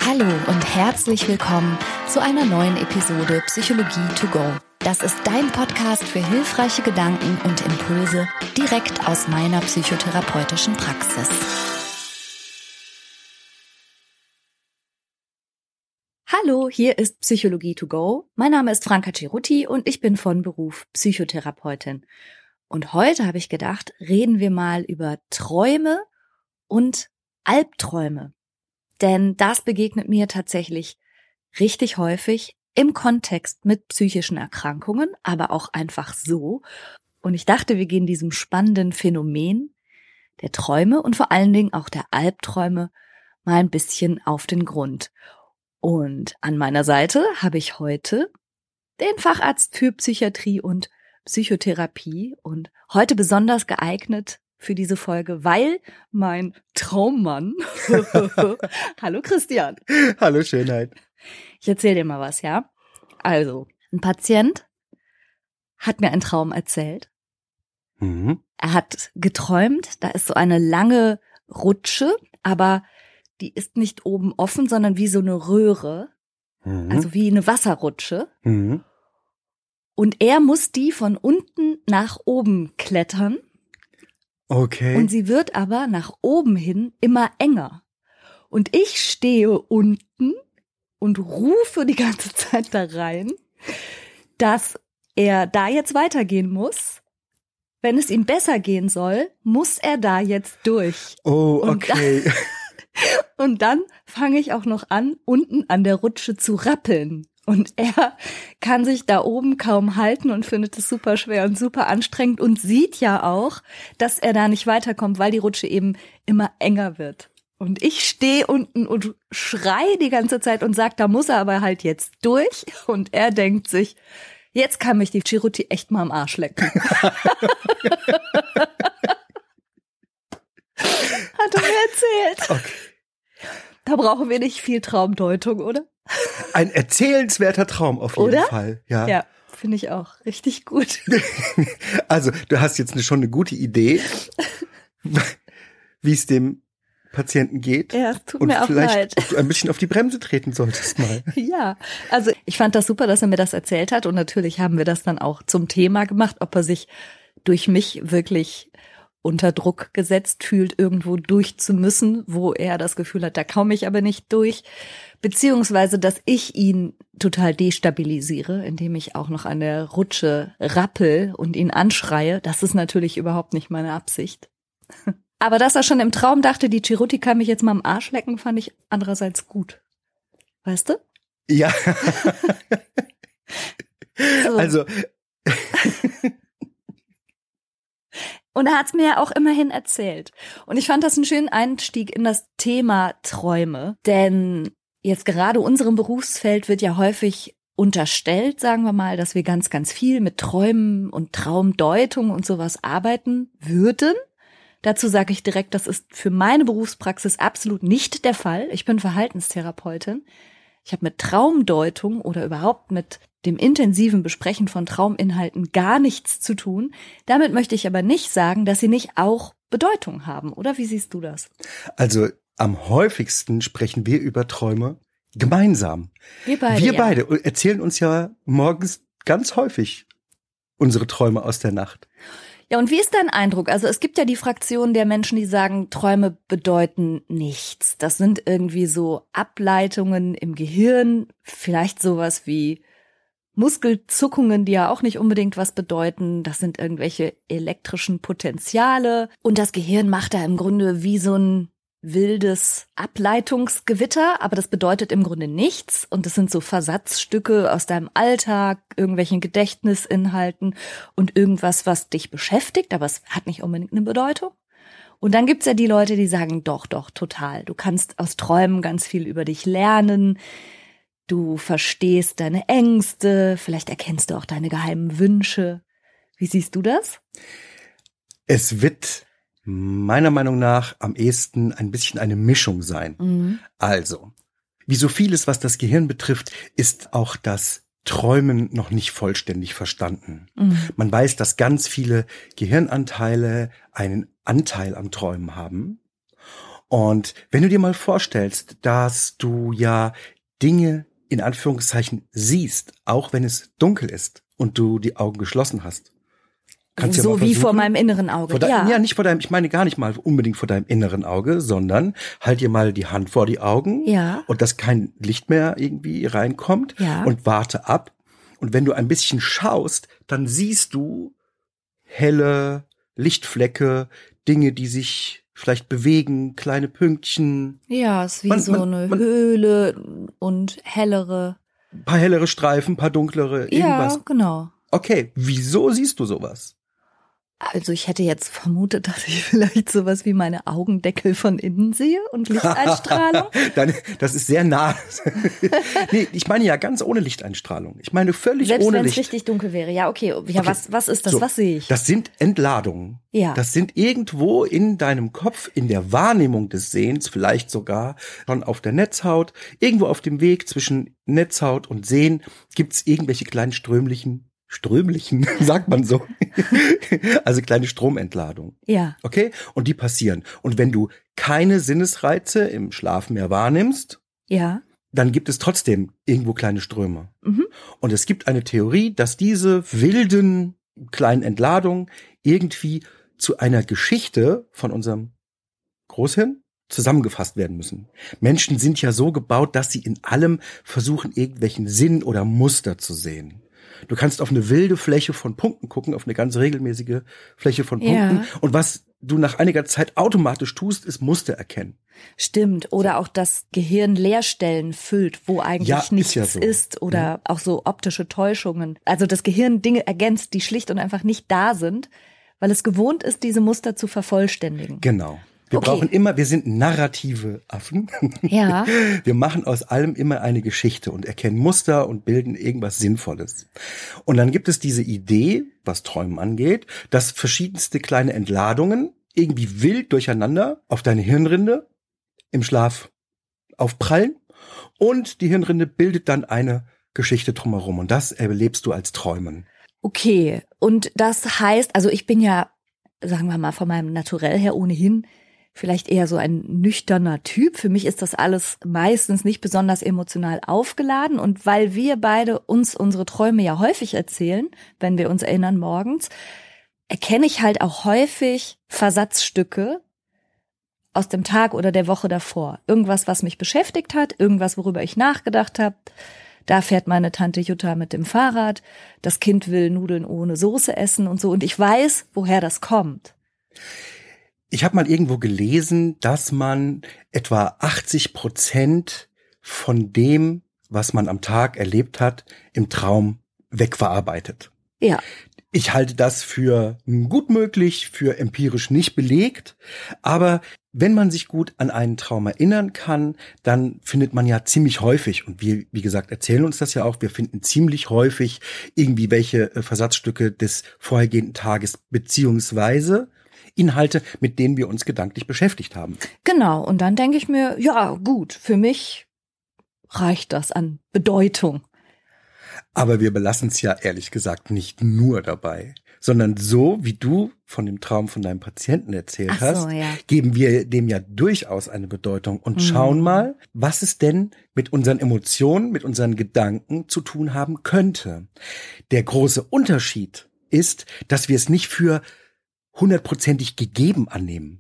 Hallo und herzlich willkommen zu einer neuen Episode Psychologie to go. Das ist dein Podcast für hilfreiche Gedanken und Impulse direkt aus meiner psychotherapeutischen Praxis. Hallo, hier ist Psychologie to go. Mein Name ist Franka Cerutti und ich bin von Beruf Psychotherapeutin. Und heute habe ich gedacht, reden wir mal über Träume und Albträume. Denn das begegnet mir tatsächlich richtig häufig im Kontext mit psychischen Erkrankungen, aber auch einfach so. Und ich dachte, wir gehen diesem spannenden Phänomen der Träume und vor allen Dingen auch der Albträume mal ein bisschen auf den Grund. Und an meiner Seite habe ich heute den Facharzt für Psychiatrie und Psychotherapie und heute besonders geeignet für diese Folge, weil mein Traummann, hallo Christian. Hallo Schönheit. Ich erzähle dir mal was, ja? Also, ein Patient hat mir einen Traum erzählt. Er hat geträumt, da ist so eine lange Rutsche, aber die ist nicht oben offen, sondern wie so eine Röhre, also wie eine Wasserrutsche. Und er muss die von unten nach oben klettern. Okay. Und sie wird aber nach oben hin immer enger. Und ich stehe unten und rufe die ganze Zeit da rein, dass er da jetzt weitergehen muss. Wenn es ihm besser gehen soll, muss er da jetzt durch. Oh, okay. Und dann fange ich auch noch an, unten an der Rutsche zu rappeln. Und er kann sich da oben kaum halten und findet es super schwer und super anstrengend und sieht ja auch, dass er da nicht weiterkommt, weil die Rutsche eben immer enger wird. Und ich stehe unten und schrei die ganze Zeit und sag, da muss er aber halt jetzt durch. Und er denkt sich, jetzt kann mich die Cerutti echt mal am Arsch lecken. Hat er mir erzählt. Okay. Da brauchen wir nicht viel Traumdeutung, oder? Ein erzählenswerter Traum auf jeden Oder? Fall. Ja, finde ich auch. Richtig gut. Also, du hast jetzt schon eine gute Idee, wie es dem Patienten geht. Ja, es tut und mir auch leid. Vielleicht ein bisschen auf die Bremse treten solltest mal. Ja, also ich fand das super, dass er mir das erzählt hat und natürlich haben wir das dann auch zum Thema gemacht, ob er sich durch mich wirklich unter Druck gesetzt fühlt, irgendwo durch zu müssen, wo er das Gefühl hat, da komme ich aber nicht durch, beziehungsweise, dass ich ihn total destabilisiere, indem ich auch noch an der Rutsche rappel und ihn anschreie. Das ist natürlich überhaupt nicht meine Absicht. Aber dass er schon im Traum dachte, die Cerutti kann mich jetzt mal am Arsch lecken, fand ich andererseits gut. Weißt du? Ja. So. Also. Und er hat es mir ja auch immerhin erzählt. Und ich fand das einen schönen Einstieg in das Thema Träume. Denn jetzt gerade unserem Berufsfeld wird ja häufig unterstellt, sagen wir mal, dass wir ganz, ganz viel mit Träumen und Traumdeutung und sowas arbeiten würden. Dazu sage ich direkt, das ist für meine Berufspraxis absolut nicht der Fall. Ich bin Verhaltenstherapeutin. Ich habe mit Traumdeutung oder überhaupt mit dem intensiven Besprechen von Trauminhalten gar nichts zu tun. Damit möchte ich aber nicht sagen, dass sie nicht auch Bedeutung haben. Oder wie siehst du das? Also am häufigsten sprechen wir über Träume gemeinsam. Wir beide. Wir beide erzählen uns ja morgens ganz häufig unsere Träume aus der Nacht. Ja, und wie ist dein Eindruck? Also es gibt ja die Fraktion der Menschen, die sagen, Träume bedeuten nichts. Das sind irgendwie so Ableitungen im Gehirn, vielleicht sowas wie Muskelzuckungen, die ja auch nicht unbedingt was bedeuten. Das sind irgendwelche elektrischen Potenziale. Und das Gehirn macht da im Grunde wie so ein wildes Ableitungsgewitter, aber das bedeutet im Grunde nichts. Und das sind so Versatzstücke aus deinem Alltag, irgendwelchen Gedächtnisinhalten und irgendwas, was dich beschäftigt, aber es hat nicht unbedingt eine Bedeutung. Und dann gibt's ja die Leute, die sagen, doch, total. Du kannst aus Träumen ganz viel über dich lernen. Du verstehst deine Ängste, vielleicht erkennst du auch deine geheimen Wünsche. Wie siehst du das? Es wird meiner Meinung nach am ehesten ein bisschen eine Mischung sein. Also, wie so vieles, was das Gehirn betrifft, ist auch das Träumen noch nicht vollständig verstanden. Man weiß, dass ganz viele Gehirnanteile einen Anteil am Träumen haben. Und wenn du dir mal vorstellst, dass du ja Dinge in Anführungszeichen siehst, auch wenn es dunkel ist und du die Augen geschlossen hast. Kannst so wie vor meinem inneren Auge, ja, nicht vor deinem, ich meine gar nicht mal unbedingt vor deinem inneren Auge, sondern halt dir mal die Hand vor die Augen und dass kein Licht mehr irgendwie reinkommt und warte ab. Und wenn du ein bisschen schaust, dann siehst du helle Lichtflecke, Dinge, die sich vielleicht bewegen, kleine Pünktchen. Ja, es ist wie eine Höhle und hellere. Ein paar hellere Streifen, ein paar dunklere, irgendwas. Ja, genau. Okay, wieso siehst du sowas? Also ich hätte jetzt vermutet, dass ich vielleicht sowas wie meine Augendeckel von innen sehe und Lichteinstrahlung. Das ist sehr nah. Nee, ich meine ja ganz ohne Lichteinstrahlung. Ich meine völlig selbst ohne wenn Licht. Selbst wenn es richtig dunkel wäre. Ja, okay. Ja, okay. Was ist das? So, was sehe ich? Das sind Entladungen. Ja. Das sind irgendwo in deinem Kopf, in der Wahrnehmung des Sehens, vielleicht sogar schon auf der Netzhaut, irgendwo auf dem Weg zwischen Netzhaut und Sehen gibt's irgendwelche kleinen Strömlichen, sagt man so. Also kleine Stromentladungen. Ja. Okay? Und die passieren. Und wenn du keine Sinnesreize im Schlaf mehr wahrnimmst, dann gibt es trotzdem irgendwo kleine Ströme. Mhm. Und es gibt eine Theorie, dass diese wilden kleinen Entladungen irgendwie zu einer Geschichte von unserem Großhirn zusammengefasst werden müssen. Menschen sind ja so gebaut, dass sie in allem versuchen, irgendwelchen Sinn oder Muster zu sehen. Du kannst auf eine wilde Fläche von Punkten gucken, auf eine ganz regelmäßige Fläche von Punkten. Und was du nach einiger Zeit automatisch tust, ist Muster erkennen. Stimmt. Oder auch das Gehirn Leerstellen füllt, wo eigentlich nichts ist. Oder auch so optische Täuschungen. Also das Gehirn Dinge ergänzt, die schlicht und einfach nicht da sind, weil es gewohnt ist, diese Muster zu vervollständigen. Genau. Wir sind narrative Affen. Ja. Wir machen aus allem immer eine Geschichte und erkennen Muster und bilden irgendwas Sinnvolles. Und dann gibt es diese Idee, was Träumen angeht, dass verschiedenste kleine Entladungen irgendwie wild durcheinander auf deine Hirnrinde im Schlaf aufprallen und die Hirnrinde bildet dann eine Geschichte drumherum und das erlebst du als Träumen. Okay. Und das heißt, also ich bin ja, sagen wir mal, von meinem Naturell her ohnehin vielleicht eher so ein nüchterner Typ. Für mich ist das alles meistens nicht besonders emotional aufgeladen. Und weil wir beide uns unsere Träume ja häufig erzählen, wenn wir uns erinnern morgens, erkenne ich halt auch häufig Versatzstücke aus dem Tag oder der Woche davor. Irgendwas, was mich beschäftigt hat, irgendwas, worüber ich nachgedacht habe. Da fährt meine Tante Jutta mit dem Fahrrad. Das Kind will Nudeln ohne Soße essen und so. Und ich weiß, woher das kommt. Ich habe mal irgendwo gelesen, dass man etwa 80% von dem, was man am Tag erlebt hat, im Traum wegverarbeitet. Ja. Ich halte das für gut möglich, für empirisch nicht belegt. Aber wenn man sich gut an einen Traum erinnern kann, dann findet man ja ziemlich häufig, und wir, wie gesagt, erzählen uns das ja auch, wir finden ziemlich häufig irgendwie welche Versatzstücke des vorhergehenden Tages beziehungsweise Inhalte, mit denen wir uns gedanklich beschäftigt haben. Genau, und dann denke ich mir, ja gut, für mich reicht das an Bedeutung. Aber wir belassen es ja ehrlich gesagt nicht nur dabei, sondern so, wie du von dem Traum von deinem Patienten erzählt hast, geben wir dem ja durchaus eine Bedeutung und schauen mal, was es denn mit unseren Emotionen, mit unseren Gedanken zu tun haben könnte. Der große Unterschied ist, dass wir es nicht für 100%ig gegeben annehmen.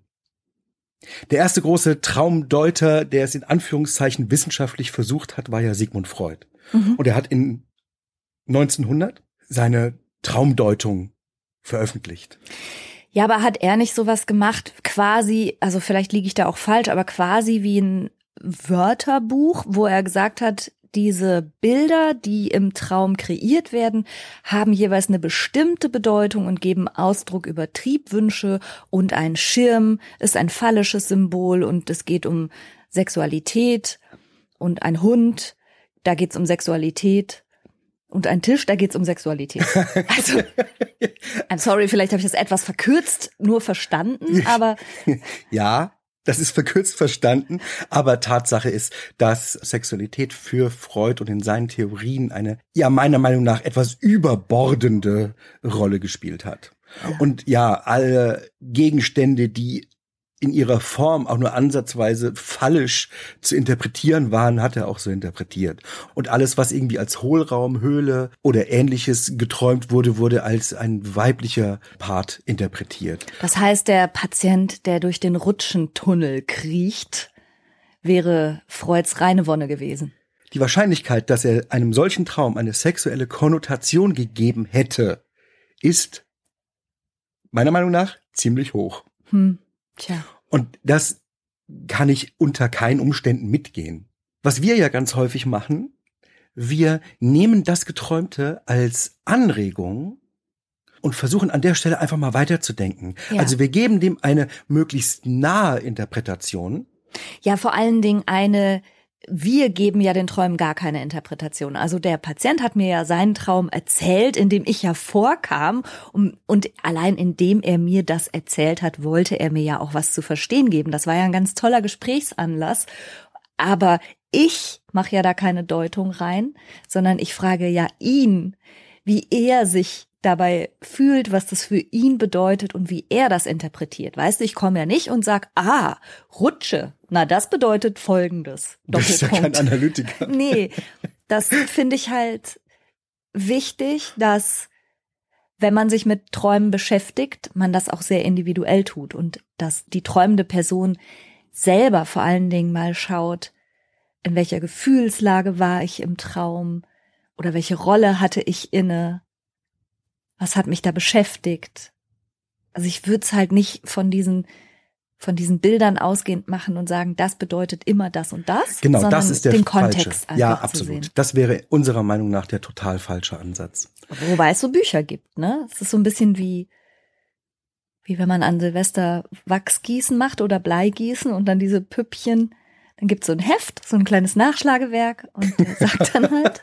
Der erste große Traumdeuter, der es in Anführungszeichen wissenschaftlich versucht hat, war ja Sigmund Freud. Und er hat in 1900 seine Traumdeutung veröffentlicht. Ja, aber hat er nicht sowas gemacht, quasi, also vielleicht liege ich da auch falsch, aber quasi wie ein Wörterbuch, wo er gesagt hat, diese Bilder, die im Traum kreiert werden, haben jeweils eine bestimmte Bedeutung und geben Ausdruck über Triebwünsche, und ein Schirm ist ein phallisches Symbol und es geht um Sexualität, und ein Hund, da geht's um Sexualität, und ein Tisch, da geht's um Sexualität. Also, I'm sorry, vielleicht habe ich das etwas verkürzt, nur verstanden, aber ja. Das ist verkürzt verstanden, aber Tatsache ist, dass Sexualität für Freud und in seinen Theorien eine, ja, meiner Meinung nach etwas überbordende Rolle gespielt hat. Ja. Und ja, alle Gegenstände, die in ihrer Form auch nur ansatzweise fallisch zu interpretieren waren, hat er auch so interpretiert. Und alles, was irgendwie als Hohlraum, Höhle oder Ähnliches geträumt wurde, wurde als ein weiblicher Part interpretiert. Das heißt, der Patient, der durch den Rutschentunnel kriecht, wäre Freuds reine Wonne gewesen. Die Wahrscheinlichkeit, dass er einem solchen Traum eine sexuelle Konnotation gegeben hätte, ist meiner Meinung nach ziemlich hoch. Tja. Und das kann ich unter keinen Umständen mitgehen. Was wir ja ganz häufig machen, wir nehmen das Geträumte als Anregung und versuchen an der Stelle einfach mal weiterzudenken. Ja. Also wir geben dem eine möglichst nahe Interpretation. Ja, vor allen Dingen wir geben ja den Träumen gar keine Interpretation. Also der Patient hat mir ja seinen Traum erzählt, in dem ich ja vorkam. Und allein indem er mir das erzählt hat, wollte er mir ja auch was zu verstehen geben. Das war ja ein ganz toller Gesprächsanlass. Aber ich mache ja da keine Deutung rein, sondern ich frage ja ihn, wie er sich dabei fühlt, was das für ihn bedeutet und wie er das interpretiert. Weißt du, ich komme ja nicht und sag, Rutsche. Na, das bedeutet Folgendes. Du bist ja kein Analytiker. Nee, das finde ich halt wichtig, dass, wenn man sich mit Träumen beschäftigt, man das auch sehr individuell tut und dass die träumende Person selber vor allen Dingen mal schaut, in welcher Gefühlslage war ich im Traum oder welche Rolle hatte ich inne. Was hat mich da beschäftigt? Also ich würde es halt nicht von diesen Bildern ausgehend machen und sagen, das bedeutet immer das und das. Genau, sondern das ist der den falsche. Kontext einfach Ja, zu absolut. sehen. Das wäre unserer Meinung nach der total falsche Ansatz. Wobei es so Bücher gibt, ne? Es ist so ein bisschen wie wenn man an Silvester Wachsgießen macht oder Bleigießen und dann diese Püppchen, dann gibt's so ein Heft, so ein kleines Nachschlagewerk und der sagt dann halt,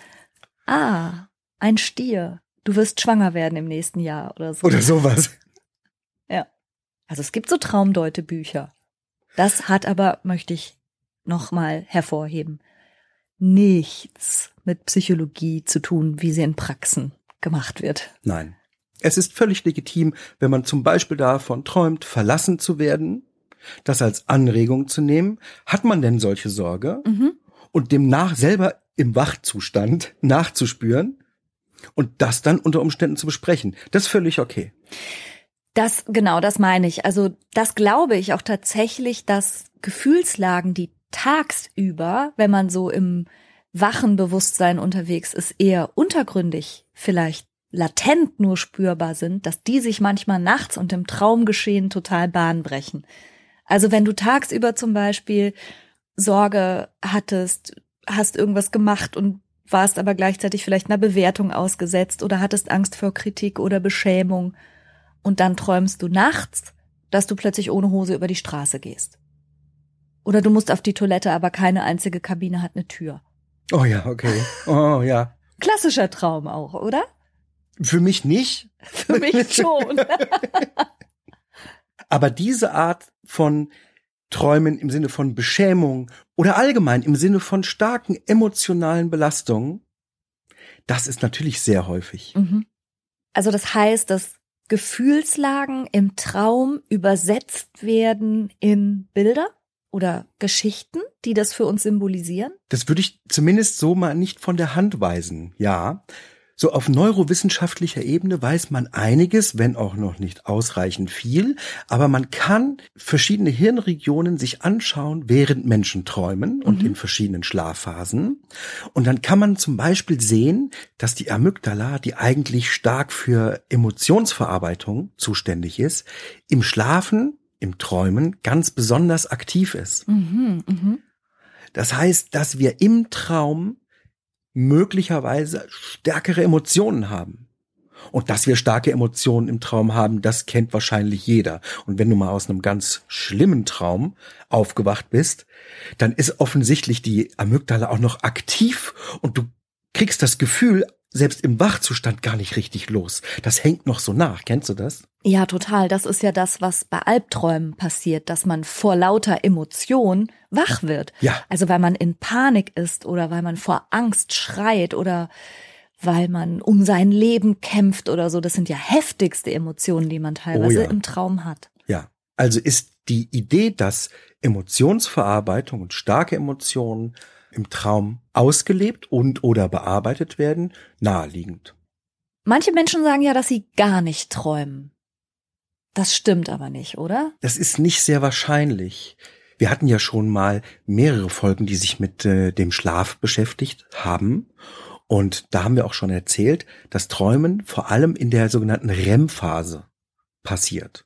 ein Stier. Du wirst schwanger werden im nächsten Jahr oder so. Oder sowas. Ja. Also es gibt so Traumdeutebücher. Das hat aber, möchte ich nochmal hervorheben, nichts mit Psychologie zu tun, wie sie in Praxen gemacht wird. Nein. Es ist völlig legitim, wenn man zum Beispiel davon träumt, verlassen zu werden, das als Anregung zu nehmen. Hat man denn solche Sorge? Und demnach selber im Wachzustand nachzuspüren und das dann unter Umständen zu besprechen. Das ist völlig okay. Das meine ich. Also das glaube ich auch tatsächlich, dass Gefühlslagen, die tagsüber, wenn man so im wachen Bewusstsein unterwegs ist, eher untergründig vielleicht latent nur spürbar sind, dass die sich manchmal nachts und im Traumgeschehen total Bahn brechen. Also wenn du tagsüber zum Beispiel Sorge hattest, hast irgendwas gemacht und warst aber gleichzeitig vielleicht einer Bewertung ausgesetzt oder hattest Angst vor Kritik oder Beschämung und dann träumst du nachts, dass du plötzlich ohne Hose über die Straße gehst. Oder du musst auf die Toilette, aber keine einzige Kabine hat eine Tür. Oh ja, okay. Oh ja. Klassischer Traum auch, oder? Für mich nicht. Für mich schon. Aber diese Art von Träumen im Sinne von Beschämung oder allgemein im Sinne von starken emotionalen Belastungen, das ist natürlich sehr häufig. Also das heißt, dass Gefühlslagen im Traum übersetzt werden in Bilder oder Geschichten, die das für uns symbolisieren? Das würde ich zumindest so mal nicht von der Hand weisen, ja. So auf neurowissenschaftlicher Ebene weiß man einiges, wenn auch noch nicht ausreichend viel, aber man kann verschiedene Hirnregionen sich anschauen, während Menschen träumen und in verschiedenen Schlafphasen. Und dann kann man zum Beispiel sehen, dass die Amygdala, die eigentlich stark für Emotionsverarbeitung zuständig ist, im Schlafen, im Träumen ganz besonders aktiv ist. Das heißt, dass wir im Traum möglicherweise stärkere Emotionen haben. Und dass wir starke Emotionen im Traum haben, das kennt wahrscheinlich jeder. Und wenn du mal aus einem ganz schlimmen Traum aufgewacht bist, dann ist offensichtlich die Amygdala auch noch aktiv und du kriegst das Gefühl, selbst im Wachzustand gar nicht richtig los. Das hängt noch so nach. Kennst du das? Ja, total. Das ist ja das, was bei Albträumen passiert, dass man vor lauter Emotion wach wird. Ja. Also weil man in Panik ist oder weil man vor Angst schreit oder weil man um sein Leben kämpft oder so. Das sind ja heftigste Emotionen, die man teilweise im Traum hat. Ja. Also ist die Idee, dass Emotionsverarbeitung und starke Emotionen im Traum ausgelebt und oder bearbeitet werden, naheliegend. Manche Menschen sagen ja, dass sie gar nicht träumen. Das stimmt aber nicht, oder? Das ist nicht sehr wahrscheinlich. Wir hatten ja schon mal mehrere Folgen, die sich mit dem Schlaf beschäftigt haben. Und da haben wir auch schon erzählt, dass Träumen vor allem in der sogenannten REM-Phase passiert.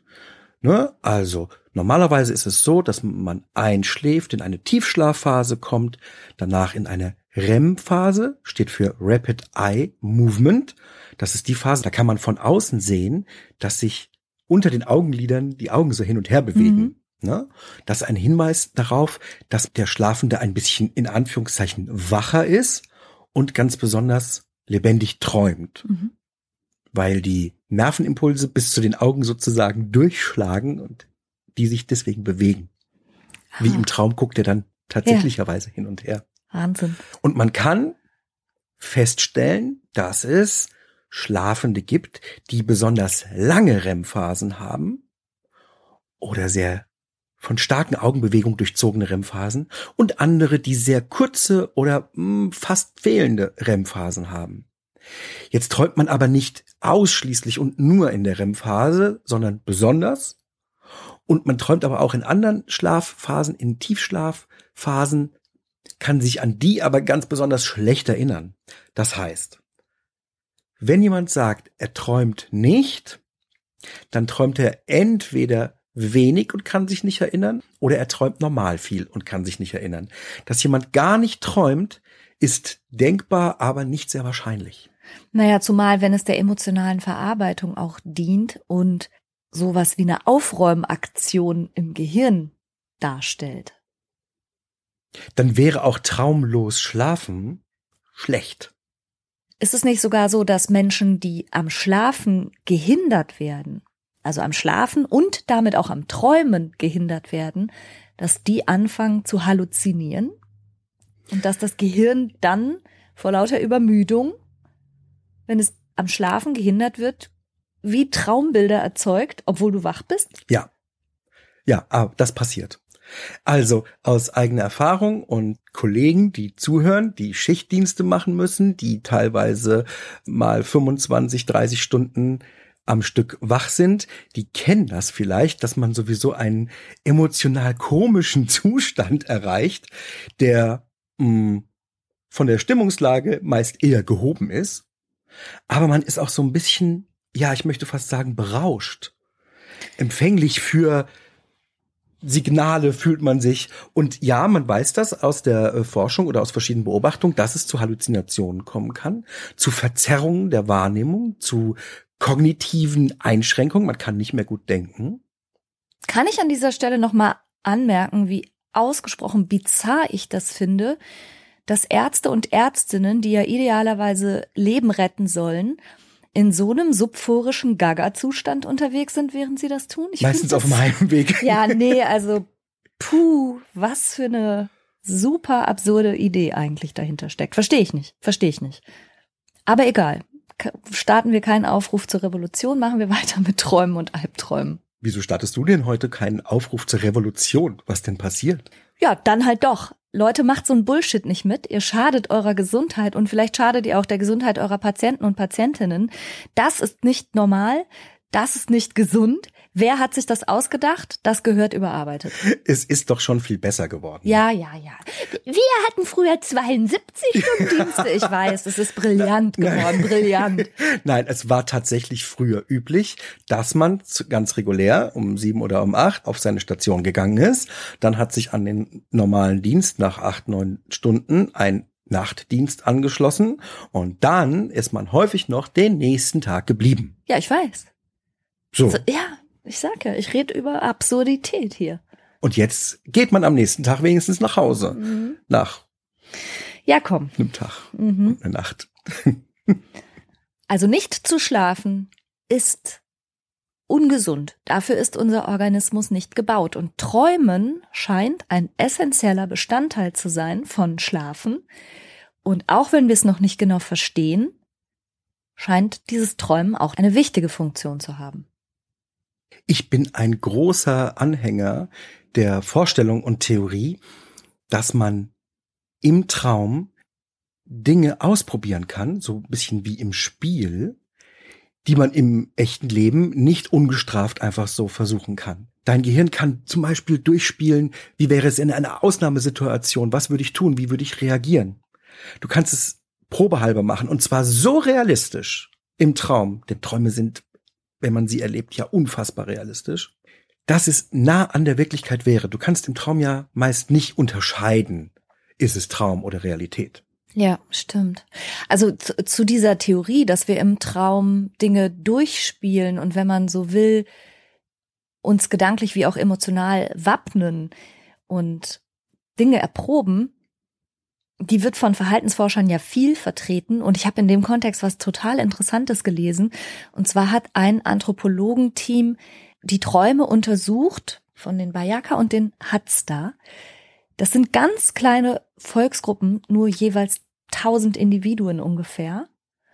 Ne? Also normalerweise ist es so, dass man einschläft, in eine Tiefschlafphase kommt, danach in eine REM-Phase, steht für Rapid Eye Movement. Das ist die Phase, da kann man von außen sehen, dass sich unter den Augenlidern die Augen so hin und her bewegen. Ne? Das ist ein Hinweis darauf, dass der Schlafende ein bisschen in Anführungszeichen wacher ist und ganz besonders lebendig träumt. Weil die Nervenimpulse bis zu den Augen sozusagen durchschlagen und die sich deswegen bewegen. Wie im Traum guckt er dann tatsächlicherweise hin und her. Wahnsinn. Und man kann feststellen, dass es Schlafende gibt, die besonders lange REM-Phasen haben oder sehr von starken Augenbewegungen durchzogene REM-Phasen und andere, die sehr kurze oder fast fehlende REM-Phasen haben. Jetzt träumt man aber nicht ausschließlich und nur in der REM-Phase, sondern besonders. Und man träumt aber auch in anderen Schlafphasen, in Tiefschlafphasen, kann sich an die aber ganz besonders schlecht erinnern. Das heißt, wenn jemand sagt, er träumt nicht, dann träumt er entweder wenig und kann sich nicht erinnern oder er träumt normal viel und kann sich nicht erinnern. Dass jemand gar nicht träumt, ist denkbar, aber nicht sehr wahrscheinlich. Naja, zumal wenn es der emotionalen Verarbeitung auch dient und sowas wie eine Aufräumaktion im Gehirn darstellt. Dann wäre auch traumlos schlafen schlecht. Ist es nicht sogar so, dass Menschen, die am Schlafen gehindert werden, also am Schlafen und damit auch am Träumen gehindert werden, dass die anfangen zu halluzinieren und dass das Gehirn dann vor lauter Übermüdung, wenn es am Schlafen gehindert wird, wie Traumbilder erzeugt, obwohl du wach bist? Ja, das passiert. Also aus eigener Erfahrung und Kollegen, die zuhören, die Schichtdienste machen müssen, die teilweise mal 25, 30 Stunden am Stück wach sind, die kennen das vielleicht, dass man sowieso einen emotional komischen Zustand erreicht, der von der Stimmungslage meist eher gehoben ist. Aber man ist auch so ein bisschen, ja, ich möchte fast sagen, berauscht. Empfänglich für Signale fühlt man sich. Und ja, man weiß das aus der Forschung oder aus verschiedenen Beobachtungen, dass es zu Halluzinationen kommen kann, zu Verzerrungen der Wahrnehmung, zu kognitiven Einschränkungen. Man kann nicht mehr gut denken. Kann ich an dieser Stelle nochmal anmerken, wie ausgesprochen bizarr ich das finde, dass Ärzte und Ärztinnen, die ja idealerweise Leben retten sollen, in so einem subphorischen Gaga-Zustand unterwegs sind, während sie das tun? Meistens auf dem Heimweg. Ja, nee, also was für eine super absurde Idee eigentlich dahinter steckt. Verstehe ich nicht. Aber egal. Starten wir keinen Aufruf zur Revolution, machen wir weiter mit Träumen und Albträumen. Wieso startest du denn heute keinen Aufruf zur Revolution? Was denn passiert? Ja, dann halt doch. Leute, macht so ein Bullshit nicht mit. Ihr schadet eurer Gesundheit und vielleicht schadet ihr auch der Gesundheit eurer Patienten und Patientinnen. Das ist nicht normal. Das ist nicht gesund. Wer hat sich das ausgedacht? Das gehört überarbeitet. Es ist doch schon viel besser geworden. Ja. Wir hatten früher 72 Stundendienste. Ich weiß, es ist brillant geworden, brillant. Nein, es war tatsächlich früher üblich, dass man ganz regulär um 7 oder um 8 auf seine Station gegangen ist. Dann hat sich an den normalen Dienst nach 8, 9 Stunden ein Nachtdienst angeschlossen und dann ist man häufig noch den nächsten Tag geblieben. Ja, ich weiß. So. Also, ja, ich sag ja, ich rede über Absurdität hier. Und jetzt geht man am nächsten Tag wenigstens nach Hause. Nach einem Tag und einer Nacht. Also nicht zu schlafen ist ungesund. Dafür ist unser Organismus nicht gebaut. Und Träumen scheint ein essentieller Bestandteil zu sein von Schlafen. Und auch wenn wir es noch nicht genau verstehen, scheint dieses Träumen auch eine wichtige Funktion zu haben. Ich bin ein großer Anhänger der Vorstellung und Theorie, dass man im Traum Dinge ausprobieren kann, so ein bisschen wie im Spiel, die man im echten Leben nicht ungestraft einfach so versuchen kann. Dein Gehirn kann zum Beispiel durchspielen, wie wäre es in einer Ausnahmesituation, was würde ich tun, wie würde ich reagieren. Du kannst es probehalber machen und zwar so realistisch im Traum, denn Träume sind, wenn man sie erlebt, ja unfassbar realistisch, dass es nah an der Wirklichkeit wäre. Du kannst im Traum ja meist nicht unterscheiden, ist es Traum oder Realität. Ja, stimmt. Also zu dieser Theorie, dass wir im Traum Dinge durchspielen und wenn man so will, uns gedanklich wie auch emotional wappnen und Dinge erproben, die wird von Verhaltensforschern ja viel vertreten. Und ich habe in dem Kontext was total Interessantes gelesen. Und zwar hat ein Anthropologenteam die Träume untersucht von den Bayaka und den Hadza. Das sind ganz kleine Volksgruppen, nur jeweils 1000 Individuen ungefähr.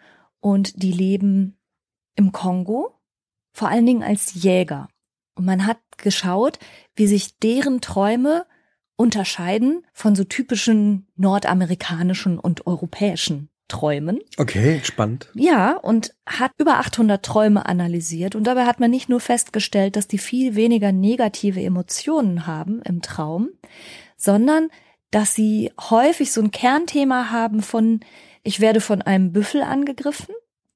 Und die leben im Kongo, vor allen Dingen als Jäger. Und man hat geschaut, wie sich deren Träume unterscheiden von so typischen nordamerikanischen und europäischen Träumen. Okay, spannend. Ja, und hat über 800 Träume analysiert. Und dabei hat man nicht nur festgestellt, dass die viel weniger negative Emotionen haben im Traum, sondern dass sie häufig so ein Kernthema haben von, ich werde von einem Büffel angegriffen,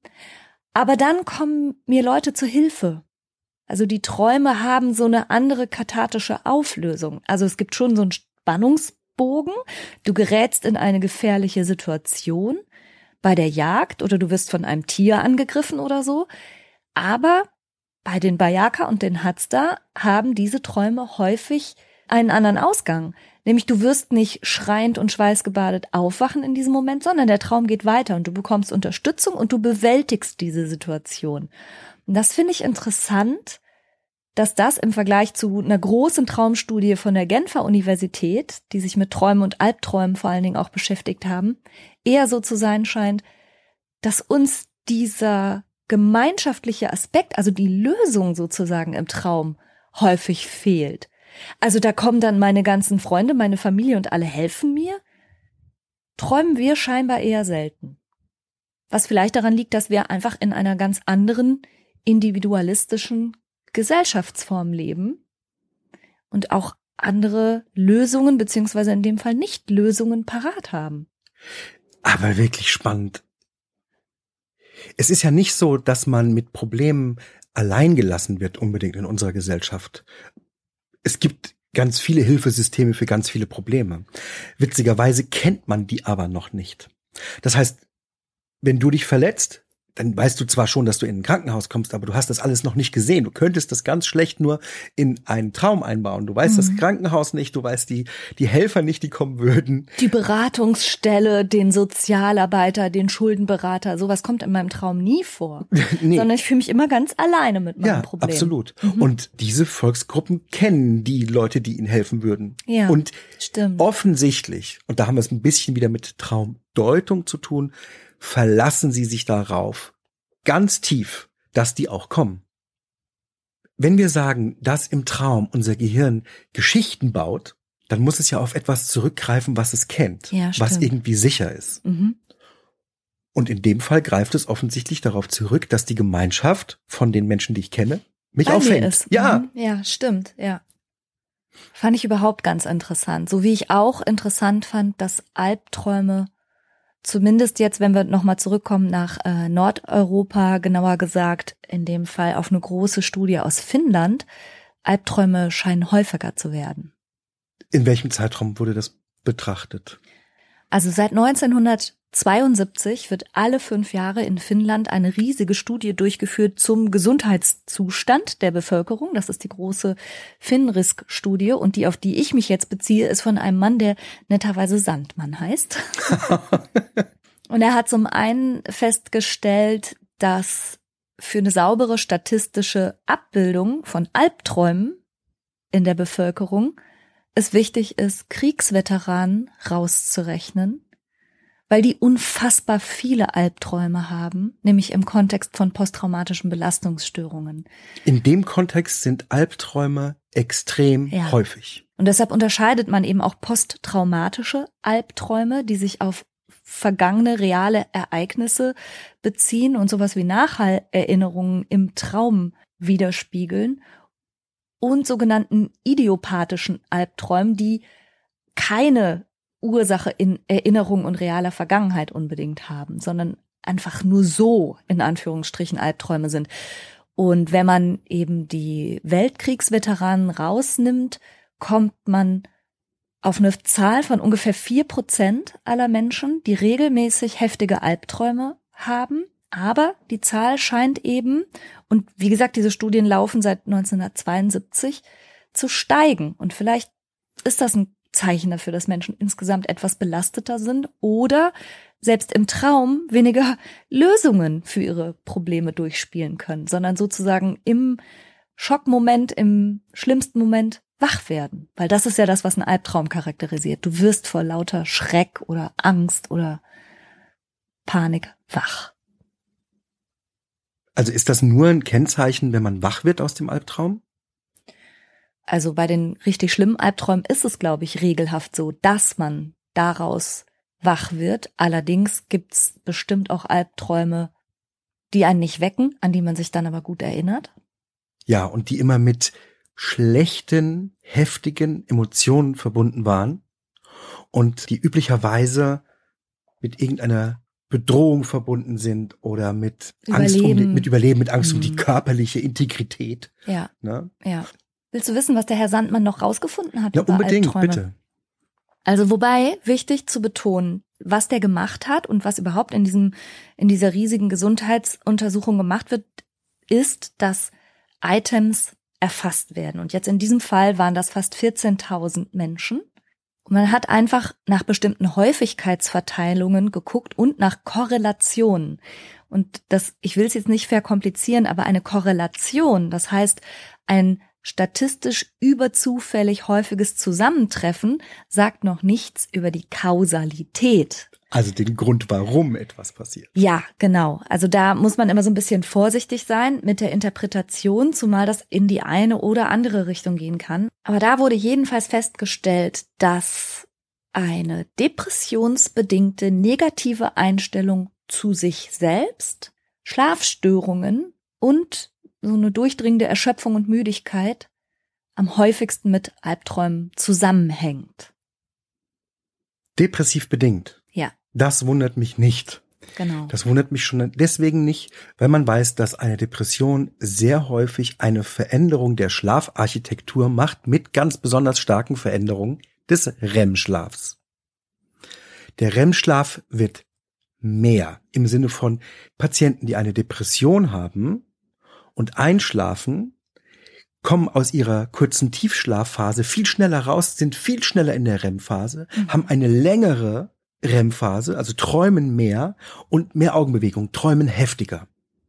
aber dann kommen mir Leute zur Hilfe. Also die Träume haben so eine andere kathartische Auflösung. Also es gibt schon so einen Spannungsbogen. Du gerätst in eine gefährliche Situation bei der Jagd oder du wirst von einem Tier angegriffen oder so. Aber bei den Bayaka und den Hadza haben diese Träume häufig einen anderen Ausgang. Nämlich du wirst nicht schreiend und schweißgebadet aufwachen in diesem Moment, sondern der Traum geht weiter und du bekommst Unterstützung und du bewältigst diese Situation. Und das finde ich interessant, dass das im Vergleich zu einer großen Traumstudie von der Genfer Universität, die sich mit Träumen und Albträumen vor allen Dingen auch beschäftigt haben, eher so zu sein scheint, dass uns dieser gemeinschaftliche Aspekt, also die Lösung sozusagen im Traum, häufig fehlt. Also da kommen dann meine ganzen Freunde, meine Familie und alle helfen mir. Träumen wir scheinbar eher selten. Was vielleicht daran liegt, dass wir einfach in einer ganz anderen individualistischen Gesellschaftsform leben und auch andere Lösungen beziehungsweise in dem Fall nicht Lösungen parat haben. Aber wirklich spannend. Es ist ja nicht so, dass man mit Problemen allein gelassen wird unbedingt in unserer Gesellschaft. Es gibt ganz viele Hilfesysteme für ganz viele Probleme. Witzigerweise kennt man die aber noch nicht. Das heißt, wenn du dich verletzt, dann weißt du zwar schon, dass du in ein Krankenhaus kommst, aber du hast das alles noch nicht gesehen. Du könntest das ganz schlecht nur in einen Traum einbauen. Du weißt das Krankenhaus nicht, du weißt die Helfer nicht, die kommen würden. Die Beratungsstelle, den Sozialarbeiter, den Schuldenberater, sowas kommt in meinem Traum nie vor. Nee. Sondern ich fühle mich immer ganz alleine mit meinem Problem. Ja, absolut. Und diese Volksgruppen kennen die Leute, die ihnen helfen würden. Ja, und stimmt. Offensichtlich, und da haben wir es ein bisschen wieder mit Traumdeutung zu tun, verlassen sie sich darauf, ganz tief, dass die auch kommen. Wenn wir sagen, dass im Traum unser Gehirn Geschichten baut, dann muss es ja auf etwas zurückgreifen, was es kennt, was irgendwie sicher ist. Und in dem Fall greift es offensichtlich darauf zurück, dass die Gemeinschaft von den Menschen, die ich kenne, mich auffängt. Ist. Ja. Ja, stimmt, ja. Fand ich überhaupt ganz interessant. So wie ich auch interessant fand, dass Albträume zumindest jetzt, wenn wir nochmal zurückkommen nach Nordeuropa, genauer gesagt, in dem Fall auf eine große Studie aus Finnland, Albträume scheinen häufiger zu werden. In welchem Zeitraum wurde das betrachtet? Also seit 1972 wird alle 5 Jahre in Finnland eine riesige Studie durchgeführt zum Gesundheitszustand der Bevölkerung. Das ist die große FINRISK-Studie und die, auf die ich mich jetzt beziehe, ist von einem Mann, der netterweise Sandmann heißt. Und er hat zum einen festgestellt, dass für eine saubere statistische Abbildung von Albträumen in der Bevölkerung es wichtig ist, Kriegsveteranen rauszurechnen, weil die unfassbar viele Albträume haben, nämlich im Kontext von posttraumatischen Belastungsstörungen. In dem Kontext sind Albträume extrem häufig. Und deshalb unterscheidet man eben auch posttraumatische Albträume, die sich auf vergangene reale Ereignisse beziehen und sowas wie Nachhallerinnerungen im Traum widerspiegeln, und sogenannten idiopathischen Albträumen, die keine Ursache in Erinnerung und realer Vergangenheit unbedingt haben, sondern einfach nur so, in Anführungsstrichen, Albträume sind. Und wenn man eben die Weltkriegsveteranen rausnimmt, kommt man auf eine Zahl von ungefähr 4% aller Menschen, die regelmäßig heftige Albträume haben. Aber die Zahl scheint eben, und wie gesagt, diese Studien laufen seit 1972, zu steigen. Und vielleicht ist das ein Zeichen dafür, dass Menschen insgesamt etwas belasteter sind oder selbst im Traum weniger Lösungen für ihre Probleme durchspielen können, sondern sozusagen im Schockmoment, im schlimmsten Moment wach werden. Weil das ist ja das, was einen Albtraum charakterisiert. Du wirst vor lauter Schreck oder Angst oder Panik wach. Also ist das nur ein Kennzeichen, wenn man wach wird aus dem Albtraum? Also bei den richtig schlimmen Albträumen ist es, glaube ich, regelhaft so, dass man daraus wach wird. Allerdings gibt's bestimmt auch Albträume, die einen nicht wecken, an die man sich dann aber gut erinnert. Ja, und die immer mit schlechten, heftigen Emotionen verbunden waren und die üblicherweise mit irgendeiner Bedrohung verbunden sind oder mit Angst mit Überleben, mit Angst um die körperliche Integrität. Ja, ne? Ja. Willst du wissen, was der Herr Sandmann noch rausgefunden hat? Ja, über unbedingt, Albträume? bitte. Also wobei, wichtig zu betonen, was der gemacht hat und was überhaupt in dieser riesigen Gesundheitsuntersuchung gemacht wird, ist, dass Items erfasst werden. Und jetzt in diesem Fall waren das fast 14.000 Menschen. Und man hat einfach nach bestimmten Häufigkeitsverteilungen geguckt und nach Korrelationen. Und ich will es jetzt nicht verkomplizieren, aber eine Korrelation, das heißt ein statistisch überzufällig häufiges Zusammentreffen, sagt noch nichts über die Kausalität. Also den Grund, warum etwas passiert. Ja, genau. Also da muss man immer so ein bisschen vorsichtig sein mit der Interpretation, zumal das in die eine oder andere Richtung gehen kann. Aber da wurde jedenfalls festgestellt, dass eine depressionsbedingte negative Einstellung zu sich selbst, Schlafstörungen und so eine durchdringende Erschöpfung und Müdigkeit am häufigsten mit Albträumen zusammenhängt. Depressiv bedingt. Ja. Das wundert mich nicht. Genau. Das wundert mich schon deswegen nicht, weil man weiß, dass eine Depression sehr häufig eine Veränderung der Schlafarchitektur macht, mit ganz besonders starken Veränderungen des REM-Schlafs. Der REM-Schlaf wird mehr im Sinne von Patienten, die eine Depression haben und einschlafen, kommen aus ihrer kurzen Tiefschlafphase viel schneller raus, sind viel schneller in der REM-Phase, haben eine längere REM-Phase, also träumen mehr und mehr Augenbewegung, träumen heftiger.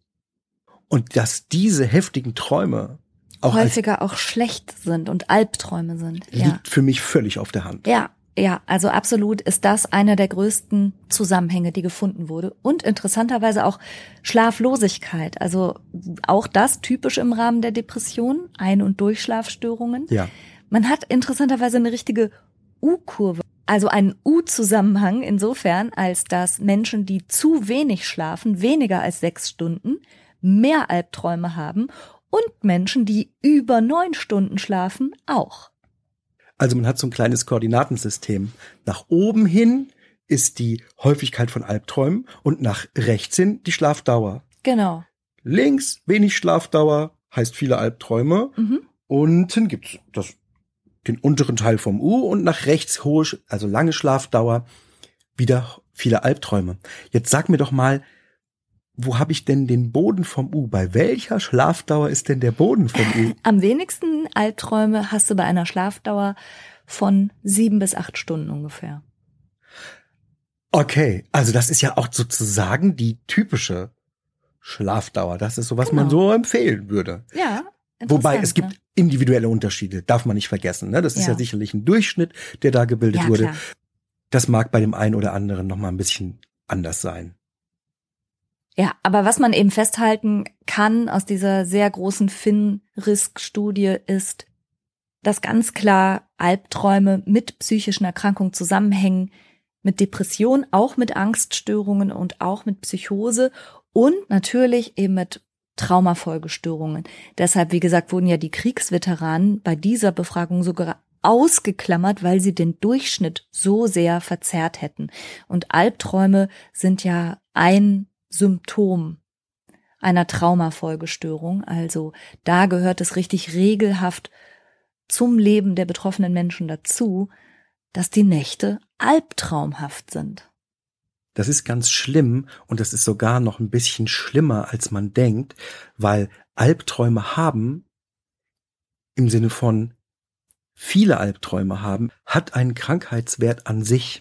Und dass diese heftigen Träume auch häufiger auch schlecht sind und Albträume sind. Liegt für mich völlig auf der Hand. Ja, also absolut ist das einer der größten Zusammenhänge, die gefunden wurde. Und interessanterweise auch Schlaflosigkeit. Also auch das typisch im Rahmen der Depression, Ein- und Durchschlafstörungen. Ja. Man hat interessanterweise eine richtige U-Kurve. Also einen U-Zusammenhang insofern, als dass Menschen, die zu wenig schlafen, weniger als 6 Stunden, mehr Albträume haben und Menschen, die über 9 Stunden schlafen, auch. Also man hat so ein kleines Koordinatensystem. Nach oben hin ist die Häufigkeit von Albträumen und nach rechts hin die Schlafdauer. Genau. Links wenig Schlafdauer, heißt viele Albträume. Unten gibt's den unteren Teil vom U und nach rechts hohe, also lange Schlafdauer, wieder viele Albträume. Jetzt sag mir doch mal, wo habe ich denn den Boden vom U? Bei welcher Schlafdauer ist denn der Boden vom U? Am wenigsten Albträume hast du bei einer Schlafdauer von 7 bis 8 Stunden ungefähr. Okay, also das ist ja auch sozusagen die typische Schlafdauer. Das ist so, was man so empfehlen würde. Ja. Wobei es gibt individuelle Unterschiede, darf man nicht vergessen. Ne? Das ist ja sicherlich ein Durchschnitt, der da gebildet wurde. Klar. Das mag bei dem einen oder anderen noch mal ein bisschen anders sein. Ja, aber was man eben festhalten kann aus dieser sehr großen FINRISK-Studie ist, dass ganz klar Albträume mit psychischen Erkrankungen zusammenhängen, mit Depression, auch mit Angststörungen und auch mit Psychose und natürlich eben mit Traumafolgestörungen. Deshalb, wie gesagt, wurden ja die Kriegsveteranen bei dieser Befragung sogar ausgeklammert, weil sie den Durchschnitt so sehr verzerrt hätten. Und Albträume sind ja ein Symptom einer Traumafolgestörung. Also da gehört es richtig regelhaft zum Leben der betroffenen Menschen dazu, dass die Nächte albtraumhaft sind. Das ist ganz schlimm und das ist sogar noch ein bisschen schlimmer, als man denkt, weil Albträume haben, im Sinne von viele Albträume haben, hat einen Krankheitswert an sich.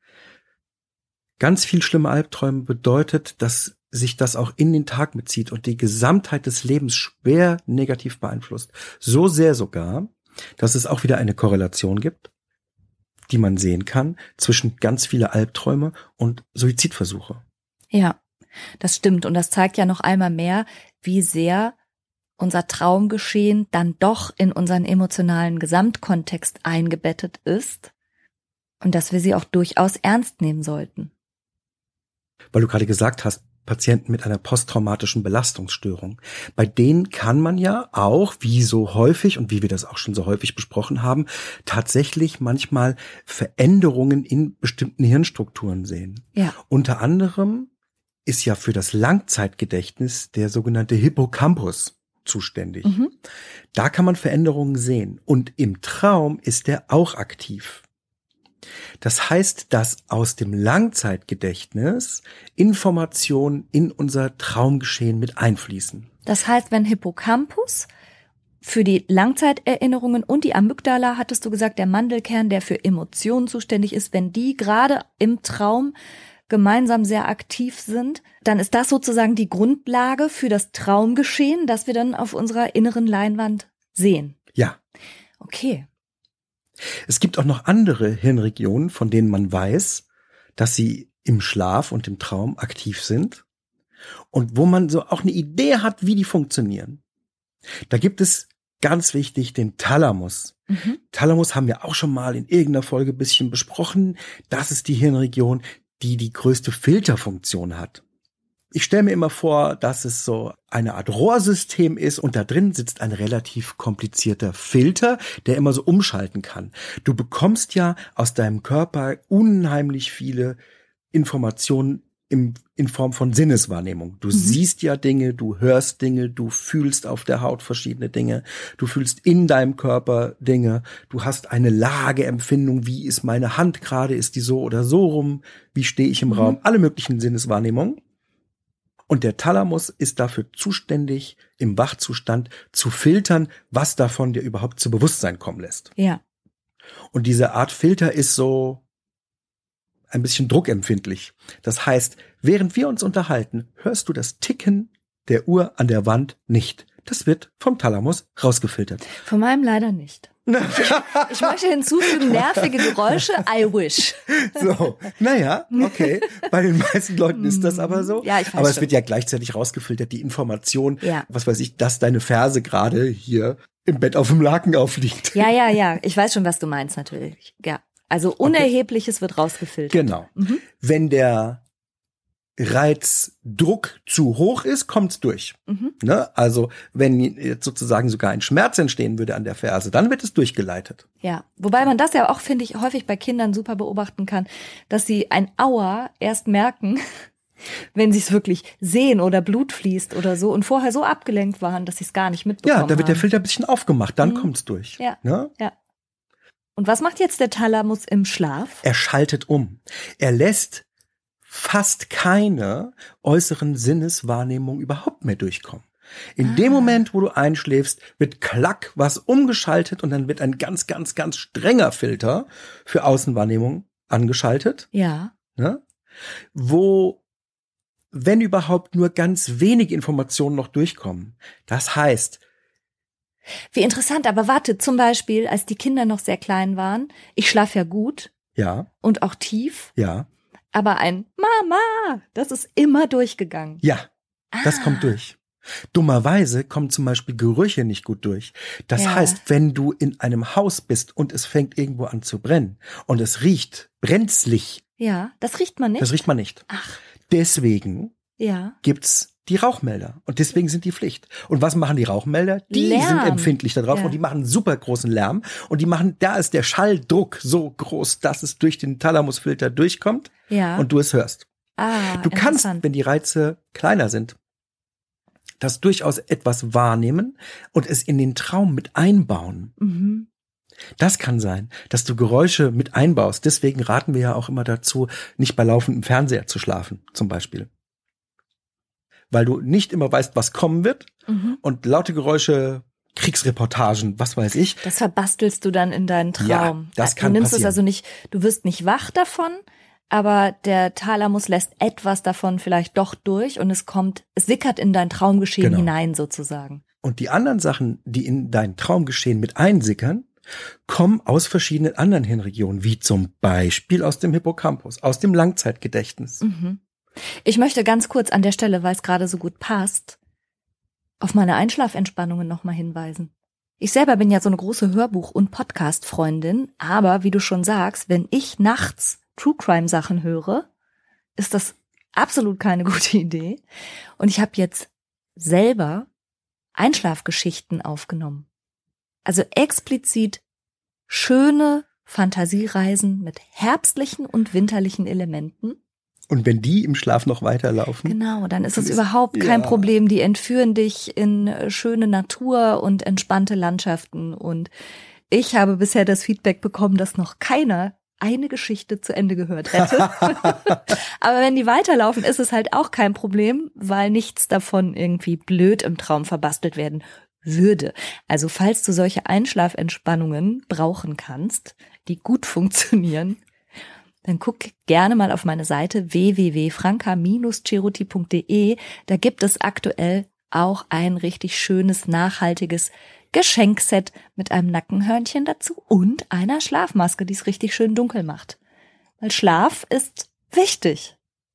Ganz viel schlimme Albträume bedeutet, dass sich das auch in den Tag mitzieht und die Gesamtheit des Lebens schwer negativ beeinflusst. So sehr sogar, dass es auch wieder eine Korrelation gibt, die man sehen kann, zwischen ganz viele Albträume und Suizidversuche. Ja, das stimmt. Und das zeigt ja noch einmal mehr, wie sehr unser Traumgeschehen dann doch in unseren emotionalen Gesamtkontext eingebettet ist und dass wir sie auch durchaus ernst nehmen sollten. Weil du gerade gesagt hast, Patienten mit einer posttraumatischen Belastungsstörung. Bei denen kann man ja auch, wie so häufig und wie wir das auch schon so häufig besprochen haben, tatsächlich manchmal Veränderungen in bestimmten Hirnstrukturen sehen. Ja. Unter anderem ist ja für das Langzeitgedächtnis der sogenannte Hippocampus zuständig. Mhm. Da kann man Veränderungen sehen und im Traum ist der auch aktiv. Das heißt, dass aus dem Langzeitgedächtnis Informationen in unser Traumgeschehen mit einfließen. Das heißt, wenn Hippocampus für die Langzeiterinnerungen und die Amygdala, hattest du gesagt, der Mandelkern, der für Emotionen zuständig ist, wenn die gerade im Traum gemeinsam sehr aktiv sind, dann ist das sozusagen die Grundlage für das Traumgeschehen, das wir dann auf unserer inneren Leinwand sehen. Ja. Okay. Es gibt auch noch andere Hirnregionen, von denen man weiß, dass sie im Schlaf und im Traum aktiv sind und wo man so auch eine Idee hat, wie die funktionieren. Da gibt es ganz wichtig den Thalamus. Mhm. Thalamus haben wir auch schon mal in irgendeiner Folge ein bisschen besprochen. Das ist die Hirnregion, die die größte Filterfunktion hat. Ich stelle mir immer vor, dass es so eine Art Rohrsystem ist und da drin sitzt ein relativ komplizierter Filter, der immer so umschalten kann. Du bekommst ja aus deinem Körper unheimlich viele Informationen in Form von Sinneswahrnehmung. Du siehst ja Dinge, du hörst Dinge, du fühlst auf der Haut verschiedene Dinge, du fühlst in deinem Körper Dinge, du hast eine Lageempfindung, wie ist meine Hand gerade, ist die so oder so rum, wie stehe ich im Raum, alle möglichen Sinneswahrnehmungen. Und der Thalamus ist dafür zuständig, im Wachzustand zu filtern, was davon dir überhaupt zu Bewusstsein kommen lässt. Ja. Und diese Art Filter ist so ein bisschen druckempfindlich. Das heißt, während wir uns unterhalten, hörst du das Ticken der Uhr an der Wand nicht. Das wird vom Thalamus rausgefiltert. Von meinem leider nicht. Ich möchte hinzufügen, nervige Geräusche, I wish. So, naja, okay. Bei den meisten Leuten ist das aber so. Ja, ich weiß aber es schon. wird ja gleichzeitig rausgefiltert, die Information, Ja. was weiß ich, dass deine Ferse gerade hier im Bett auf dem Laken aufliegt. Ja. Ich weiß schon, was du meinst, natürlich. Ja. Also Unerhebliches wird rausgefiltert. Genau. Wenn der Reizdruck zu hoch ist, kommt's durch. Ne? Also wenn jetzt sozusagen sogar ein Schmerz entstehen würde an der Ferse, dann wird es durchgeleitet. Ja, wobei man das ja auch, finde ich, häufig bei Kindern super beobachten kann, dass sie ein Aua erst merken, wenn sie es wirklich sehen oder Blut fließt oder so und vorher so abgelenkt waren, dass sie es gar nicht mitbekommen haben. Ja, da wird der Filter ein bisschen aufgemacht, dann kommt's durch. Ja, Ne? ja. Und was macht jetzt der Thalamus im Schlaf? Er schaltet um. Er lässt fast keine äußeren Sinneswahrnehmungen überhaupt mehr durchkommen. In dem Moment, wo du einschläfst, wird klack was umgeschaltet und dann wird ein ganz, ganz, ganz strenger Filter für Außenwahrnehmung angeschaltet. Ja. Ne? Wo, wenn überhaupt, nur ganz wenig Informationen noch durchkommen. Das heißt, Wie interessant, aber warte, zum Beispiel, als die Kinder noch sehr klein waren, ich schlafe ja gut, Ja. Und auch tief. Ja. Aber ein Mama, das ist immer durchgegangen. Ja, das kommt durch. Dummerweise kommen zum Beispiel Gerüche nicht gut durch. Das heißt, wenn du in einem Haus bist und es fängt irgendwo an zu brennen und es riecht brenzlig. Ja, das riecht man nicht? Das riecht man nicht. Ach. Deswegen gibt's die Rauchmelder. Und deswegen sind die Pflicht. Und was machen die Rauchmelder? Die sind empfindlich darauf und die machen super großen Lärm. Und da ist der Schalldruck so groß, dass es durch den Thalamusfilter durchkommt und du es hörst. Du kannst, wenn die Reize kleiner sind, das durchaus etwas wahrnehmen und es in den Traum mit einbauen. Mhm. Das kann sein, dass du Geräusche mit einbaust. Deswegen raten wir ja auch immer dazu, nicht bei laufendem Fernseher zu schlafen, zum Beispiel. Weil du nicht immer weißt, was kommen wird und laute Geräusche, Kriegsreportagen, was weiß ich. Das verbastelst du dann in deinen Traum. Ja, das kann passieren. Du nimmst passieren. es also nicht, du wirst nicht wach davon, aber der Thalamus lässt etwas davon vielleicht doch durch und es sickert in dein Traumgeschehen hinein sozusagen. Und die anderen Sachen, die in dein Traumgeschehen mit einsickern, kommen aus verschiedenen anderen Hirnregionen, wie zum Beispiel aus dem Hippocampus, aus dem Langzeitgedächtnis. Mhm. Ich möchte ganz kurz an der Stelle, weil es gerade so gut passt, auf meine Einschlafentspannungen nochmal hinweisen. Ich selber bin ja so eine große Hörbuch- und Podcast-Freundin, aber wie du schon sagst, wenn ich nachts True-Crime-Sachen höre, ist das absolut keine gute Idee. Und ich habe jetzt selber Einschlafgeschichten aufgenommen. Also explizit schöne Fantasiereisen mit herbstlichen und winterlichen Elementen. Und wenn die im Schlaf noch weiterlaufen? Genau, dann ist es überhaupt kein Problem. Die entführen dich in schöne Natur und entspannte Landschaften. Und ich habe bisher das Feedback bekommen, dass noch keiner eine Geschichte zu Ende gehört hätte. Aber wenn die weiterlaufen, ist es halt auch kein Problem, weil nichts davon irgendwie blöd im Traum verbastelt werden würde. Also falls du solche Einschlafentspannungen brauchen kannst, die gut funktionieren, dann guck gerne mal auf meine Seite www.franka-ceruti.de. Da gibt es aktuell auch ein richtig schönes, nachhaltiges Geschenkset mit einem Nackenhörnchen dazu und einer Schlafmaske, die es richtig schön dunkel macht. Weil Schlaf ist wichtig.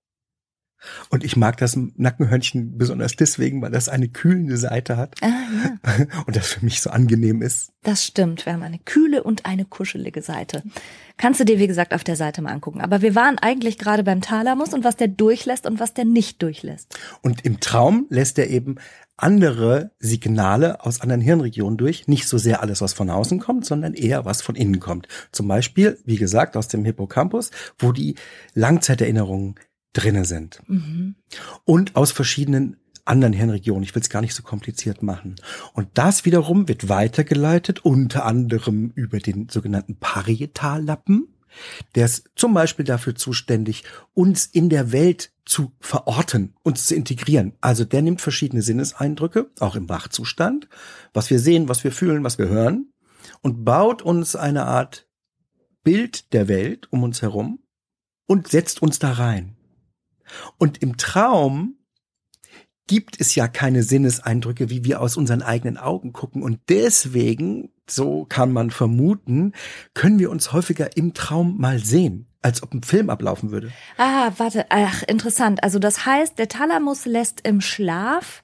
Und ich mag das Nackenhörnchen besonders deswegen, weil das eine kühlende Seite hat. Und das für mich so angenehm ist. Das stimmt, wir haben eine kühle und eine kuschelige Seite. Kannst du dir, wie gesagt, auf der Seite mal angucken. Aber wir waren eigentlich gerade beim Thalamus und was der durchlässt und was der nicht durchlässt. Und im Traum lässt er eben andere Signale aus anderen Hirnregionen durch. Nicht so sehr alles, was von außen kommt, sondern eher was von innen kommt. Zum Beispiel, wie gesagt, aus dem Hippocampus, wo die Langzeiterinnerungen drinne sind. Mhm. Und aus verschiedenen anderen Hirnregionen. Ich will es gar nicht so kompliziert machen. Und das wiederum wird weitergeleitet, unter anderem über den sogenannten Parietallappen. Der ist zum Beispiel dafür zuständig, uns in der Welt zu verorten, uns zu integrieren. Also der nimmt verschiedene Sinneseindrücke, auch im Wachzustand, was wir sehen, was wir fühlen, was wir hören, und baut uns eine Art Bild der Welt um uns herum und setzt uns da rein. Und im Traum gibt es ja keine Sinneseindrücke, wie wir aus unseren eigenen Augen gucken. Und deswegen, so kann man vermuten, können wir uns häufiger im Traum mal sehen, als ob ein Film ablaufen würde. Warte, interessant. Also das heißt, der Thalamus lässt im Schlaf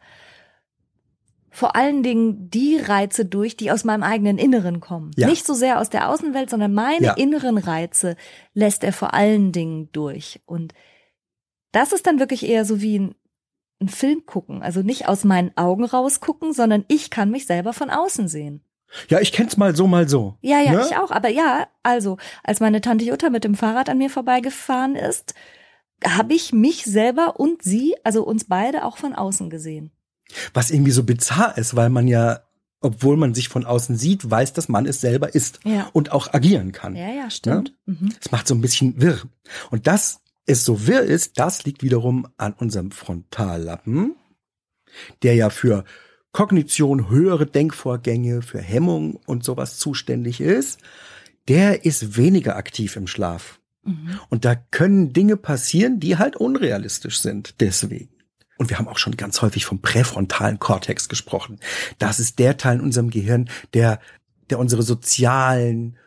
vor allen Dingen die Reize durch, die aus meinem eigenen Inneren kommen. Ja. Nicht so sehr aus der Außenwelt, sondern meine inneren Reize lässt er vor allen Dingen durch. Und das ist dann wirklich eher so wie ein Film gucken. Also nicht aus meinen Augen rausgucken, sondern ich kann mich selber von außen sehen. Ja, ich kenn's mal so, mal so. Ja, ne? Ich auch. Aber ja, also als meine Tante Jutta mit dem Fahrrad an mir vorbeigefahren ist, habe ich mich selber und sie, also uns beide auch von außen gesehen. Was irgendwie so bizarr ist, weil man ja, obwohl man sich von außen sieht, weiß, dass man es selber ist und auch agieren kann. Ja, stimmt. Ne? Das macht so ein bisschen wirr. Und das es so wirr ist, das liegt wiederum an unserem Frontallappen, der ja für Kognition, höhere Denkvorgänge, für Hemmung und sowas zuständig ist. Der ist weniger aktiv im Schlaf. Mhm. Und da können Dinge passieren, die halt unrealistisch sind, deswegen. Und wir haben auch schon ganz häufig vom präfrontalen Kortex gesprochen. Das ist der Teil in unserem Gehirn, der unsere sozialen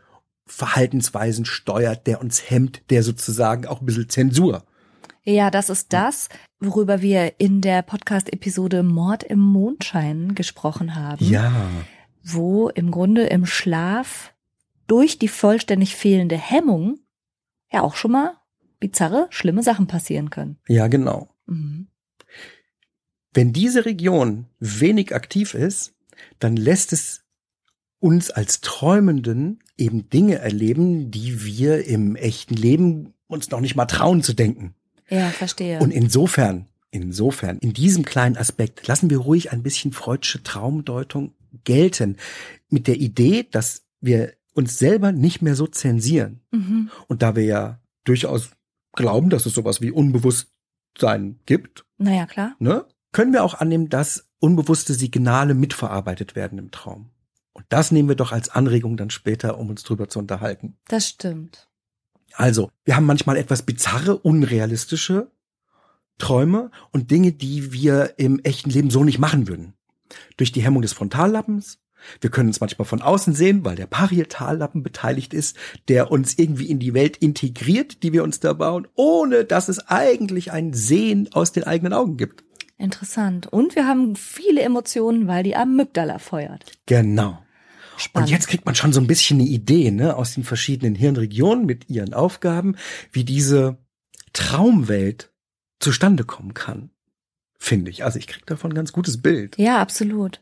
Verhaltensweisen steuert, der uns hemmt, der sozusagen auch ein bisschen Zensur. Ja, das ist das, worüber wir in der Podcast-Episode Mord im Mondschein gesprochen haben. Ja. Wo im Grunde im Schlaf durch die vollständig fehlende Hemmung ja auch schon mal bizarre, schlimme Sachen passieren können. Ja, genau. Mhm. Wenn diese Region wenig aktiv ist, dann lässt es uns als Träumenden eben Dinge erleben, die wir im echten Leben uns noch nicht mal trauen zu denken. Ja, verstehe. Und insofern, in diesem kleinen Aspekt, lassen wir ruhig ein bisschen freudsche Traumdeutung gelten. Mit der Idee, dass wir uns selber nicht mehr so zensieren. Mhm. Und da wir ja durchaus glauben, dass es sowas wie Unbewusstsein gibt, Naja, klar. ne, können wir auch annehmen, dass unbewusste Signale mitverarbeitet werden im Traum. Und das nehmen wir doch als Anregung dann später, um uns drüber zu unterhalten. Das stimmt. Also, wir haben manchmal etwas bizarre, unrealistische Träume und Dinge, die wir im echten Leben so nicht machen würden. Durch die Hemmung des Frontallappens. Wir können uns manchmal von außen sehen, weil der Parietallappen beteiligt ist, der uns irgendwie in die Welt integriert, die wir uns da bauen, ohne dass es eigentlich ein Sehen aus den eigenen Augen gibt. Interessant. Und wir haben viele Emotionen, weil die Amygdala feuert. Genau. Spannend. Und jetzt kriegt man schon so ein bisschen eine Idee, ne, aus den verschiedenen Hirnregionen mit ihren Aufgaben, wie diese Traumwelt zustande kommen kann, finde ich. Also ich kriege davon ein ganz gutes Bild. Ja, absolut.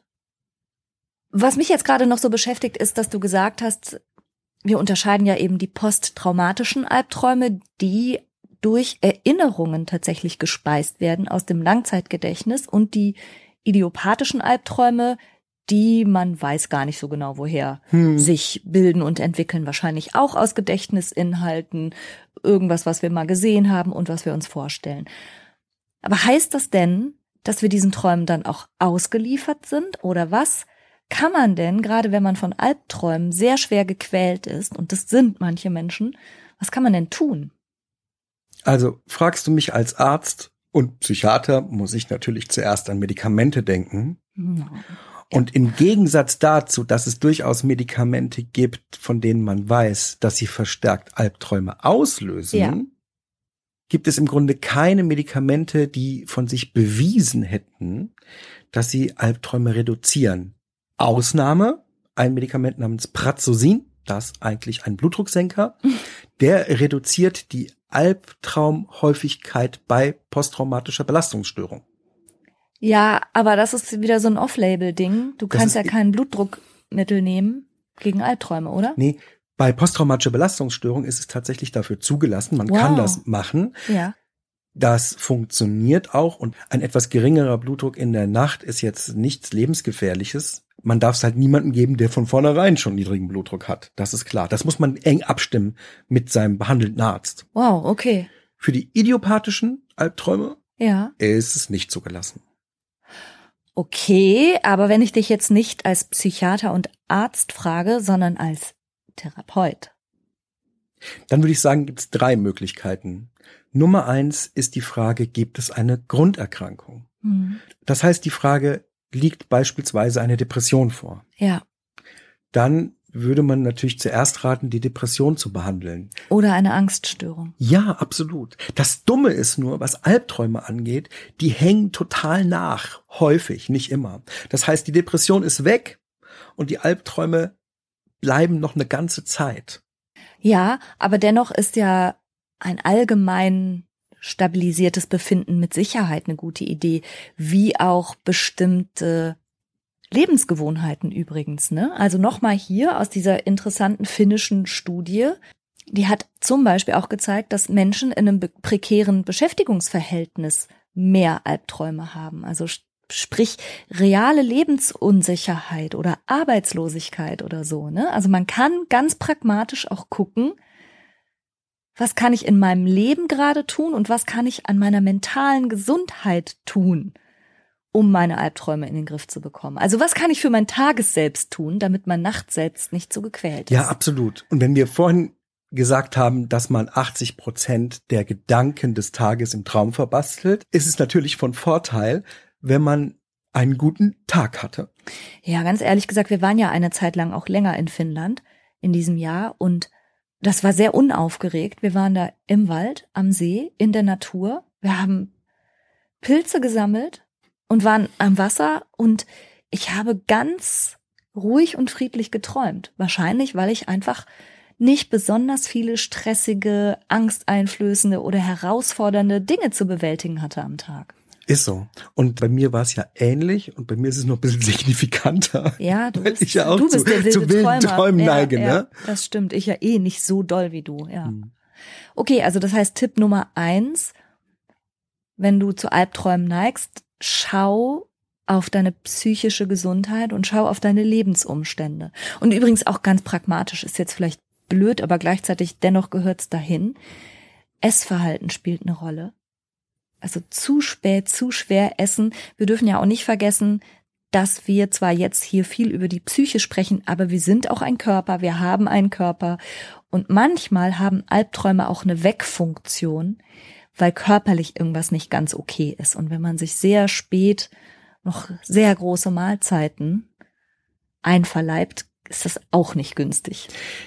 Was mich jetzt gerade noch so beschäftigt, ist, dass du gesagt hast, wir unterscheiden ja eben die posttraumatischen Albträume, die durch Erinnerungen tatsächlich gespeist werden aus dem Langzeitgedächtnis, und die idiopathischen Albträume, die man weiß gar nicht so genau woher sich bilden und entwickeln, wahrscheinlich auch aus Gedächtnisinhalten, irgendwas, was wir mal gesehen haben und was wir uns vorstellen. Aber heißt das denn, dass wir diesen Träumen dann auch ausgeliefert sind? Oder was kann man denn, gerade wenn man von Albträumen sehr schwer gequält ist, und das sind manche Menschen, was kann man denn tun? Also fragst du mich als Arzt und Psychiater, muss ich natürlich zuerst an Medikamente denken. Ja. Und im Gegensatz dazu, dass es durchaus Medikamente gibt, von denen man weiß, dass sie verstärkt Albträume auslösen, gibt es im Grunde keine Medikamente, die von sich bewiesen hätten, dass sie Albträume reduzieren. Ausnahme, ein Medikament namens Prazosin, das eigentlich ein Blutdrucksenker, der reduziert die Albtraumhäufigkeit bei posttraumatischer Belastungsstörung. Ja, aber das ist wieder so ein Off-Label-Ding. Du kannst ja kein Blutdruckmittel nehmen gegen Albträume, oder? Nee, bei posttraumatischer Belastungsstörung ist es tatsächlich dafür zugelassen. Man kann das machen. Ja. Das funktioniert auch. Und ein etwas geringerer Blutdruck in der Nacht ist jetzt nichts Lebensgefährliches. Man darf es halt niemandem geben, der von vornherein schon niedrigen Blutdruck hat. Das ist klar. Das muss man eng abstimmen mit seinem behandelnden Arzt. Wow, okay. Für die idiopathischen Albträume ist es nicht zugelassen. Okay, aber wenn ich dich jetzt nicht als Psychiater und Arzt frage, sondern als Therapeut. Dann würde ich sagen, gibt es 3 Möglichkeiten. Nummer 1 ist die Frage, gibt es eine Grunderkrankung? Das heißt, die Frage, liegt beispielsweise eine Depression vor? Ja. Dann würde man natürlich zuerst raten, die Depression zu behandeln. Oder eine Angststörung. Ja, absolut. Das Dumme ist nur, was Albträume angeht, die hängen total nach. Häufig, nicht immer. Das heißt, die Depression ist weg und die Albträume bleiben noch eine ganze Zeit. Ja, aber dennoch ist ja ein allgemein stabilisiertes Befinden mit Sicherheit eine gute Idee, wie auch bestimmte Lebensgewohnheiten übrigens, ne? Also nochmal hier aus dieser interessanten finnischen Studie, die hat zum Beispiel auch gezeigt, dass Menschen in einem prekären Beschäftigungsverhältnis mehr Albträume haben. Also sprich reale Lebensunsicherheit oder Arbeitslosigkeit oder so, ne? Also man kann ganz pragmatisch auch gucken, was kann ich in meinem Leben gerade tun und was kann ich an meiner mentalen Gesundheit tun, um meine Albträume in den Griff zu bekommen. Also was kann ich für mein Tagesselbst tun, damit mein Nachtselbst nicht so gequält ist? Ja, absolut. Und wenn wir vorhin gesagt haben, dass man 80% der Gedanken des Tages im Traum verbastelt, ist es natürlich von Vorteil, wenn man einen guten Tag hatte. Ja, ganz ehrlich gesagt, wir waren ja eine Zeit lang auch länger in Finnland. in diesem Jahr und das war sehr unaufgeregt. Wir waren da im Wald, am See, in der Natur. Wir haben Pilze gesammelt und waren am Wasser und ich habe ganz ruhig und friedlich geträumt. Wahrscheinlich, weil ich einfach nicht besonders viele stressige, angsteinflößende oder herausfordernde Dinge zu bewältigen hatte am Tag. Ist so. Und bei mir war es ja ähnlich und bei mir ist es noch ein bisschen signifikanter. Ja, du bist, ich ja auch du bist der wilde zu wilden Träumen neige, ja, ne? Das stimmt. Ich ja nicht so doll wie du, ja. Okay, also das heißt Tipp Nummer 1, wenn du zu Albträumen neigst, schau auf deine psychische Gesundheit und schau auf deine Lebensumstände. Und übrigens auch ganz pragmatisch, ist jetzt vielleicht blöd, aber gleichzeitig dennoch gehört's dahin. Essverhalten spielt eine Rolle. Also zu spät, zu schwer essen. Wir dürfen ja auch nicht vergessen, dass wir zwar jetzt hier viel über die Psyche sprechen, aber wir sind auch ein Körper, wir haben einen Körper und manchmal haben Albträume auch eine Wegfunktion, weil körperlich irgendwas nicht ganz okay ist. Und wenn man sich sehr spät noch sehr große Mahlzeiten einverleibt, ist das auch nicht günstig.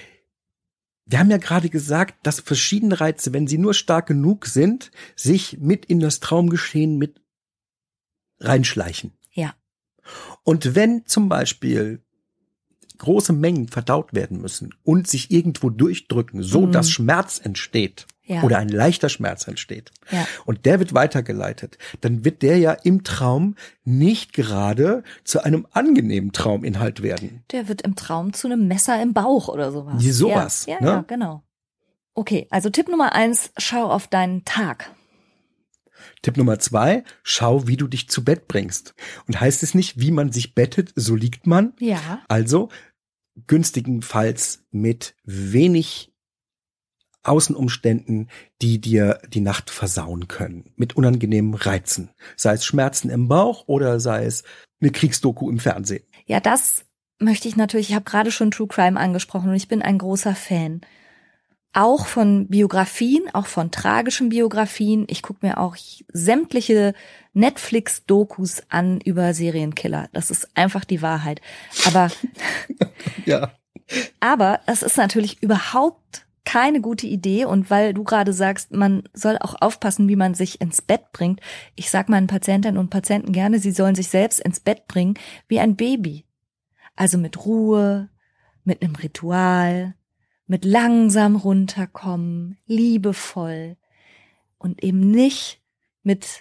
Wir haben ja gerade gesagt, dass verschiedene Reize, wenn sie nur stark genug sind, sich mit in das Traumgeschehen mit reinschleichen. Ja. Und wenn zum Beispiel große Mengen verdaut werden müssen und sich irgendwo durchdrücken, so dass Schmerz entsteht oder ein leichter Schmerz entsteht und der wird weitergeleitet, dann wird der ja im Traum nicht gerade zu einem angenehmen Trauminhalt werden. Der wird im Traum zu einem Messer im Bauch oder sowas. Wie sowas. Ja, ne? Ja, genau. Okay, also Tipp Nummer 1, schau auf deinen Tag. Tipp Nummer 2, schau, wie du dich zu Bett bringst. Und heißt es nicht, wie man sich bettet, so liegt man? Ja. Also günstigenfalls mit wenig Außenumständen, die dir die Nacht versauen können. Mit unangenehmen Reizen. Sei es Schmerzen im Bauch oder sei es eine Kriegsdoku im Fernsehen. Ja, das möchte ich natürlich, ich habe gerade schon True Crime angesprochen und ich bin ein großer Fan. Auch von Biografien, auch von tragischen Biografien. Ich gucke mir auch sämtliche Netflix-Dokus an über Serienkiller. Das ist einfach die Wahrheit. Aber, ja. Aber es ist natürlich überhaupt keine gute Idee. Und weil du gerade sagst, man soll auch aufpassen, wie man sich ins Bett bringt. Ich sage meinen Patientinnen und Patienten gerne, sie sollen sich selbst ins Bett bringen wie ein Baby. Also mit Ruhe, mit einem Ritual, mit langsam runterkommen, liebevoll und eben nicht mit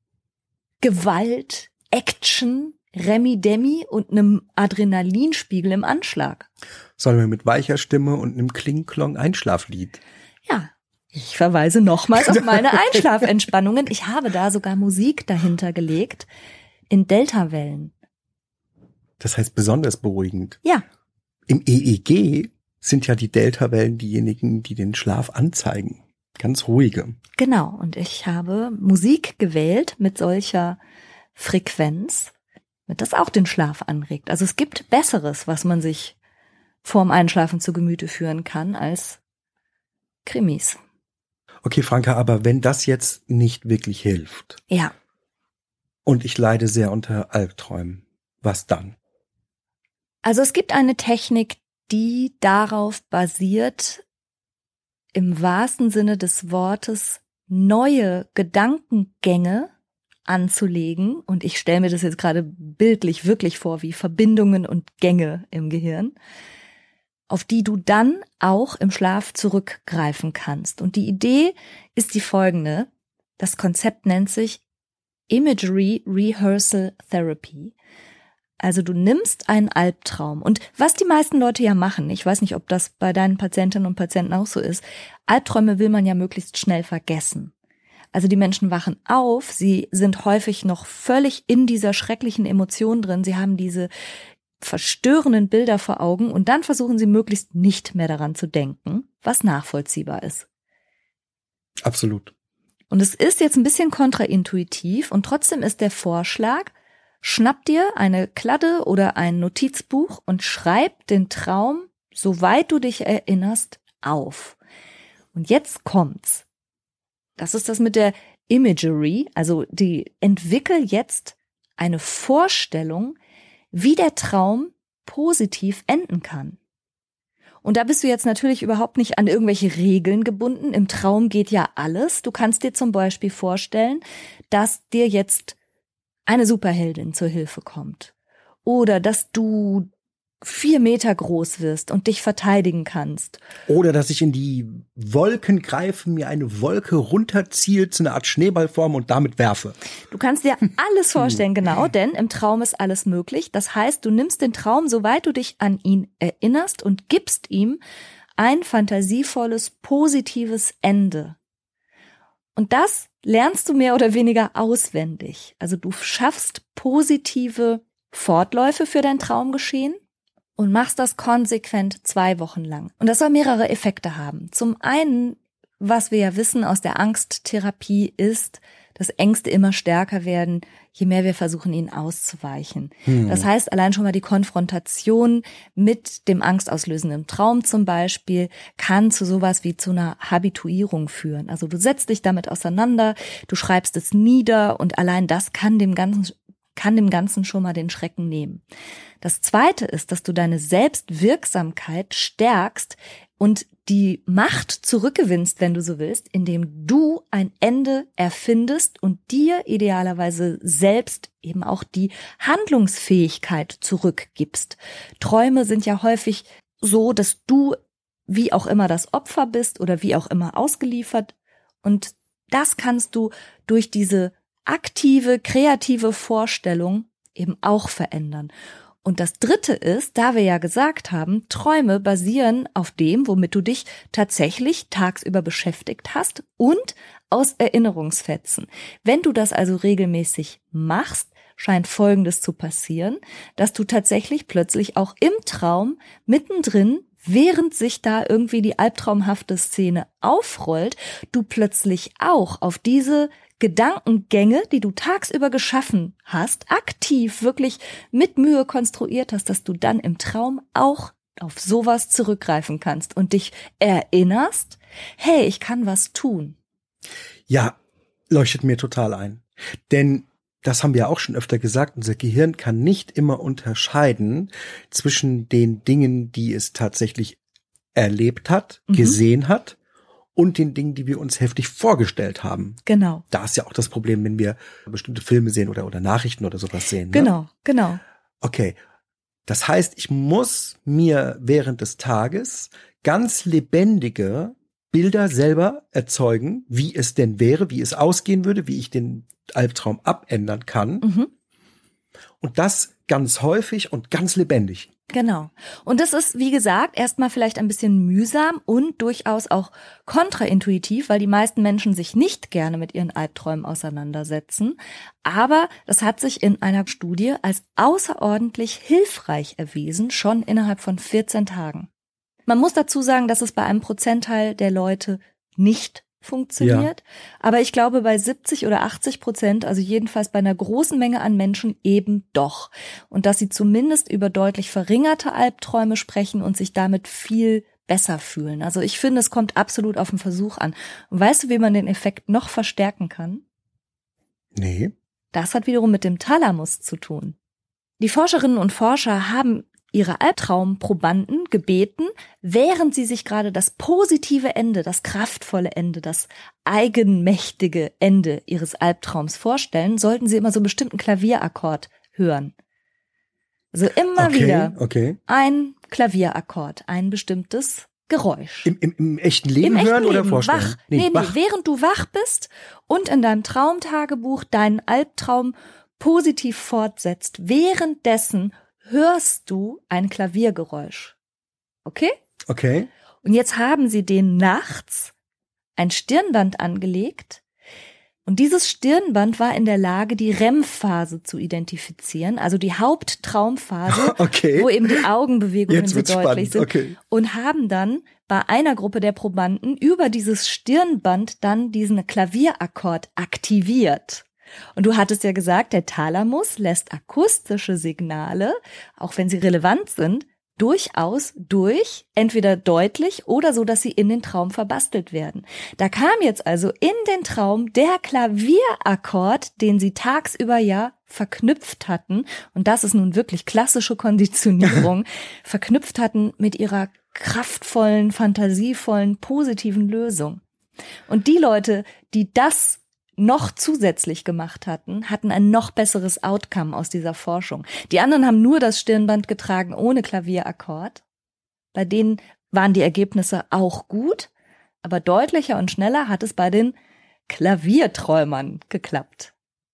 Gewalt, Action, Remi-Demi und einem Adrenalinspiegel im Anschlag. Sondern mit weicher Stimme und einem Kling-Klong-Einschlaflied. Ja, ich verweise nochmals auf meine Einschlafentspannungen. Ich habe da sogar Musik dahinter gelegt in Deltawellen. Das heißt besonders beruhigend. Ja. Im EEG sind ja die Deltawellen diejenigen, die den Schlaf anzeigen. Ganz ruhige. Genau, und ich habe Musik gewählt mit solcher Frequenz, damit das auch den Schlaf anregt. Also es gibt Besseres, was man sich vorm Einschlafen zu Gemüte führen kann, als Krimis. Okay, Franka, aber wenn das jetzt nicht wirklich hilft. Ja. Und ich leide sehr unter Albträumen, was dann? Also es gibt eine Technik, die darauf basiert, im wahrsten Sinne des Wortes neue Gedankengänge anzulegen. Und ich stelle mir das jetzt gerade bildlich wirklich vor, wie Verbindungen und Gänge im Gehirn, auf die du dann auch im Schlaf zurückgreifen kannst. Und die Idee ist die folgende. Das Konzept nennt sich Imagery Rehearsal Therapy. Also du nimmst einen Albtraum und was die meisten Leute ja machen, ich weiß nicht, ob das bei deinen Patientinnen und Patienten auch so ist, Albträume will man ja möglichst schnell vergessen. Also die Menschen wachen auf, sie sind häufig noch völlig in dieser schrecklichen Emotion drin, sie haben diese verstörenden Bilder vor Augen und dann versuchen sie möglichst nicht mehr daran zu denken, was nachvollziehbar ist. Absolut. Und es ist jetzt ein bisschen kontraintuitiv und trotzdem ist der Vorschlag, schnapp dir eine Kladde oder ein Notizbuch und schreib den Traum, soweit du dich erinnerst, auf. Und jetzt kommt's. Das ist das mit der Imagery, also entwickel jetzt eine Vorstellung, wie der Traum positiv enden kann. Und da bist du jetzt natürlich überhaupt nicht an irgendwelche Regeln gebunden. Im Traum geht ja alles. Du kannst dir zum Beispiel vorstellen, dass dir jetzt eine Superheldin zur Hilfe kommt. Oder dass du 4 Meter groß wirst und dich verteidigen kannst. Oder dass ich in die Wolken greife, mir eine Wolke runterziehe zu einer Art Schneeballform und damit werfe. Du kannst dir alles vorstellen, genau, denn im Traum ist alles möglich. Das heißt, du nimmst den Traum, soweit du dich an ihn erinnerst und gibst ihm ein fantasievolles, positives Ende. Und das lernst du mehr oder weniger auswendig. Also du schaffst positive Fortläufe für dein Traumgeschehen und machst das konsequent 2 Wochen lang. Und das soll mehrere Effekte haben. Zum einen, was wir ja wissen aus der Angsttherapie, ist, dass Ängste immer stärker werden, je mehr wir versuchen, ihnen auszuweichen. Das heißt, allein schon mal die Konfrontation mit dem angstauslösenden Traum zum Beispiel kann zu sowas wie zu einer Habituierung führen. Also du setzt dich damit auseinander, du schreibst es nieder und allein das kann dem Ganzen schon mal den Schrecken nehmen. Das Zweite ist, dass du deine Selbstwirksamkeit stärkst und die Macht zurückgewinnst, wenn du so willst, indem du ein Ende erfindest und dir idealerweise selbst eben auch die Handlungsfähigkeit zurückgibst. Träume sind ja häufig so, dass du wie auch immer das Opfer bist oder wie auch immer ausgeliefert, und das kannst du durch diese aktive, kreative Vorstellung eben auch verändern. Und das Dritte ist, da wir ja gesagt haben, Träume basieren auf dem, womit du dich tatsächlich tagsüber beschäftigt hast und aus Erinnerungsfetzen. Wenn du das also regelmäßig machst, scheint Folgendes zu passieren, dass du tatsächlich plötzlich auch im Traum mittendrin, während sich da irgendwie die albtraumhafte Szene aufrollt, du plötzlich auch auf diese Gedankengänge, die du tagsüber geschaffen hast, aktiv wirklich mit Mühe konstruiert hast, dass du dann im Traum auch auf sowas zurückgreifen kannst und dich erinnerst, hey, ich kann was tun. Ja, leuchtet mir total ein. Denn das haben wir auch schon öfter gesagt, unser Gehirn kann nicht immer unterscheiden zwischen den Dingen, die es tatsächlich erlebt hat, gesehen hat, und den Dingen, die wir uns heftig vorgestellt haben. Genau. Da ist ja auch das Problem, wenn wir bestimmte Filme sehen oder Nachrichten oder sowas sehen. Ne? Genau. Okay. Das heißt, ich muss mir während des Tages ganz lebendige Bilder selber erzeugen, wie es denn wäre, wie es ausgehen würde, wie ich den Albtraum abändern kann. Und das ganz häufig und ganz lebendig. Genau. Und das ist, wie gesagt, erstmal vielleicht ein bisschen mühsam und durchaus auch kontraintuitiv, weil die meisten Menschen sich nicht gerne mit ihren Albträumen auseinandersetzen. Aber das hat sich in einer Studie als außerordentlich hilfreich erwiesen, schon innerhalb von 14 Tagen. Man muss dazu sagen, dass es bei einem Prozentteil der Leute nicht funktioniert. Ja. Aber ich glaube, bei 70 oder 80%, also jedenfalls bei einer großen Menge an Menschen eben doch. Und dass sie zumindest über deutlich verringerte Albträume sprechen und sich damit viel besser fühlen. Also ich finde, es kommt absolut auf den Versuch an. Und weißt du, wie man den Effekt noch verstärken kann? Nee. Das hat wiederum mit dem Thalamus zu tun. Die Forscherinnen und Forscher haben ihre Albtraumprobanden gebeten, während sie sich gerade das positive Ende, das kraftvolle Ende, das eigenmächtige Ende ihres Albtraums vorstellen, sollten sie immer so einen bestimmten Klavierakkord hören. Also immer wieder ein Klavierakkord, ein bestimmtes Geräusch. Im echten Leben hören oder vorstellen? Wach. Nee, während du wach bist und in deinem Traumtagebuch deinen Albtraum positiv fortsetzt, währenddessen hörst du ein Klaviergeräusch. Okay? Okay. Und jetzt haben sie denen nachts ein Stirnband angelegt. Und dieses Stirnband war in der Lage, die REM-Phase zu identifizieren, also die Haupttraumphase, wo eben die Augenbewegungen so deutlich sind. Okay. Und haben dann bei einer Gruppe der Probanden über dieses Stirnband dann diesen Klavierakkord aktiviert. Und du hattest ja gesagt, der Thalamus lässt akustische Signale, auch wenn sie relevant sind, durchaus durch, entweder deutlich oder so, dass sie in den Traum verbastelt werden. Da kam jetzt also in den Traum der Klavierakkord, den sie tagsüber ja verknüpft hatten, und das ist nun wirklich klassische Konditionierung, verknüpft hatten mit ihrer kraftvollen, fantasievollen, positiven Lösung. Und die Leute, die das noch zusätzlich gemacht hatten, hatten ein noch besseres Outcome aus dieser Forschung. Die anderen haben nur das Stirnband getragen ohne Klavierakkord. Bei denen waren die Ergebnisse auch gut, aber deutlicher und schneller hat es bei den Klavierträumern geklappt.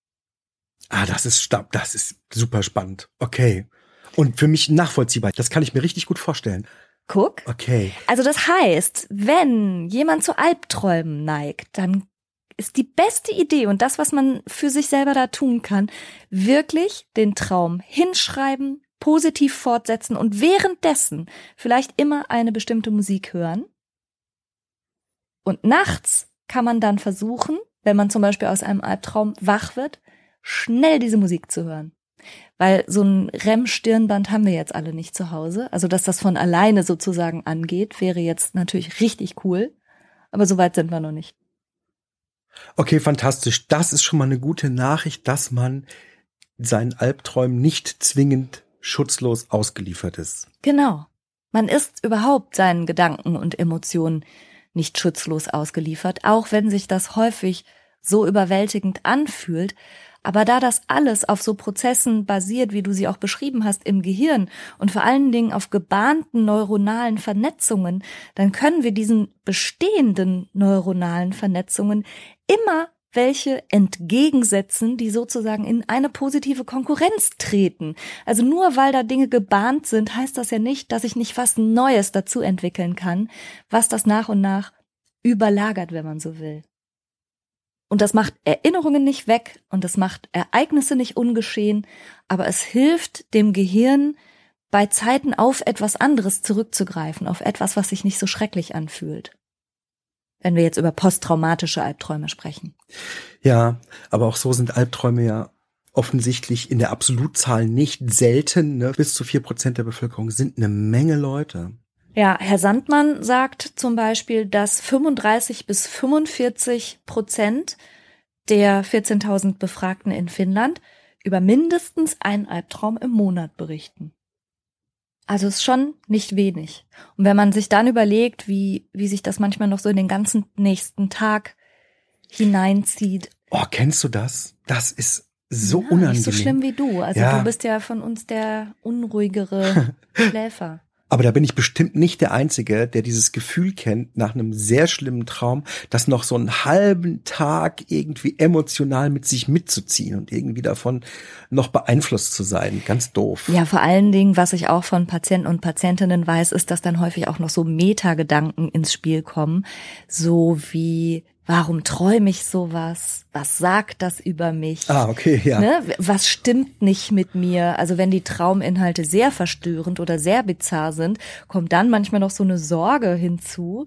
Das ist super spannend. Okay. Und für mich nachvollziehbar. Das kann ich mir richtig gut vorstellen. Guck. Okay. Also das heißt, wenn jemand zu Albträumen neigt, dann ist die beste Idee und das, was man für sich selber da tun kann, wirklich den Traum hinschreiben, positiv fortsetzen und währenddessen vielleicht immer eine bestimmte Musik hören. Und nachts kann man dann versuchen, wenn man zum Beispiel aus einem Albtraum wach wird, schnell diese Musik zu hören. Weil so ein REM-Stirnband haben wir jetzt alle nicht zu Hause. Also dass das von alleine sozusagen angeht, wäre jetzt natürlich richtig cool. Aber so weit sind wir noch nicht. Okay, fantastisch. Das ist schon mal eine gute Nachricht, dass man seinen Albträumen nicht zwingend schutzlos ausgeliefert ist. Genau. Man ist überhaupt seinen Gedanken und Emotionen nicht schutzlos ausgeliefert, auch wenn sich das häufig so überwältigend anfühlt. Aber da das alles auf so Prozessen basiert, wie du sie auch beschrieben hast im Gehirn und vor allen Dingen auf gebahnten neuronalen Vernetzungen, dann können wir diesen bestehenden neuronalen Vernetzungen immer welche entgegensetzen, die sozusagen in eine positive Konkurrenz treten. Also nur weil da Dinge gebahnt sind, heißt das ja nicht, dass ich nicht was Neues dazu entwickeln kann, was das nach und nach überlagert, wenn man so will. Und das macht Erinnerungen nicht weg und das macht Ereignisse nicht ungeschehen, aber es hilft dem Gehirn, bei Zeiten auf etwas anderes zurückzugreifen, auf etwas, was sich nicht so schrecklich anfühlt. Wenn wir jetzt über posttraumatische Albträume sprechen. Ja, aber auch so sind Albträume ja offensichtlich in der Absolutzahl nicht selten. Ne? Bis zu 4% der Bevölkerung sind eine Menge Leute. Ja, Herr Sandmann sagt zum Beispiel, dass 35% bis 45% der 14.000 Befragten in Finnland über mindestens einen Albtraum im Monat berichten. Also ist schon nicht wenig. Und wenn man sich dann überlegt, wie sich das manchmal noch so in den ganzen nächsten Tag hineinzieht. Oh, kennst du das? Das ist so unangenehm. Nicht so schlimm wie du. Also ja. Du bist ja von uns der unruhigere Schläfer. Aber da bin ich bestimmt nicht der Einzige, der dieses Gefühl kennt, nach einem sehr schlimmen Traum, das noch so einen halben Tag irgendwie emotional mit sich mitzuziehen und irgendwie davon noch beeinflusst zu sein. Ganz doof. Ja, vor allen Dingen, was ich auch von Patienten und Patientinnen weiß, ist, dass dann häufig auch noch so Metagedanken ins Spiel kommen. So wie, warum träume ich sowas? Was sagt das über mich? Okay, ja. Ne? Was stimmt nicht mit mir? Also wenn die Trauminhalte sehr verstörend oder sehr bizarr sind, kommt dann manchmal noch so eine Sorge hinzu.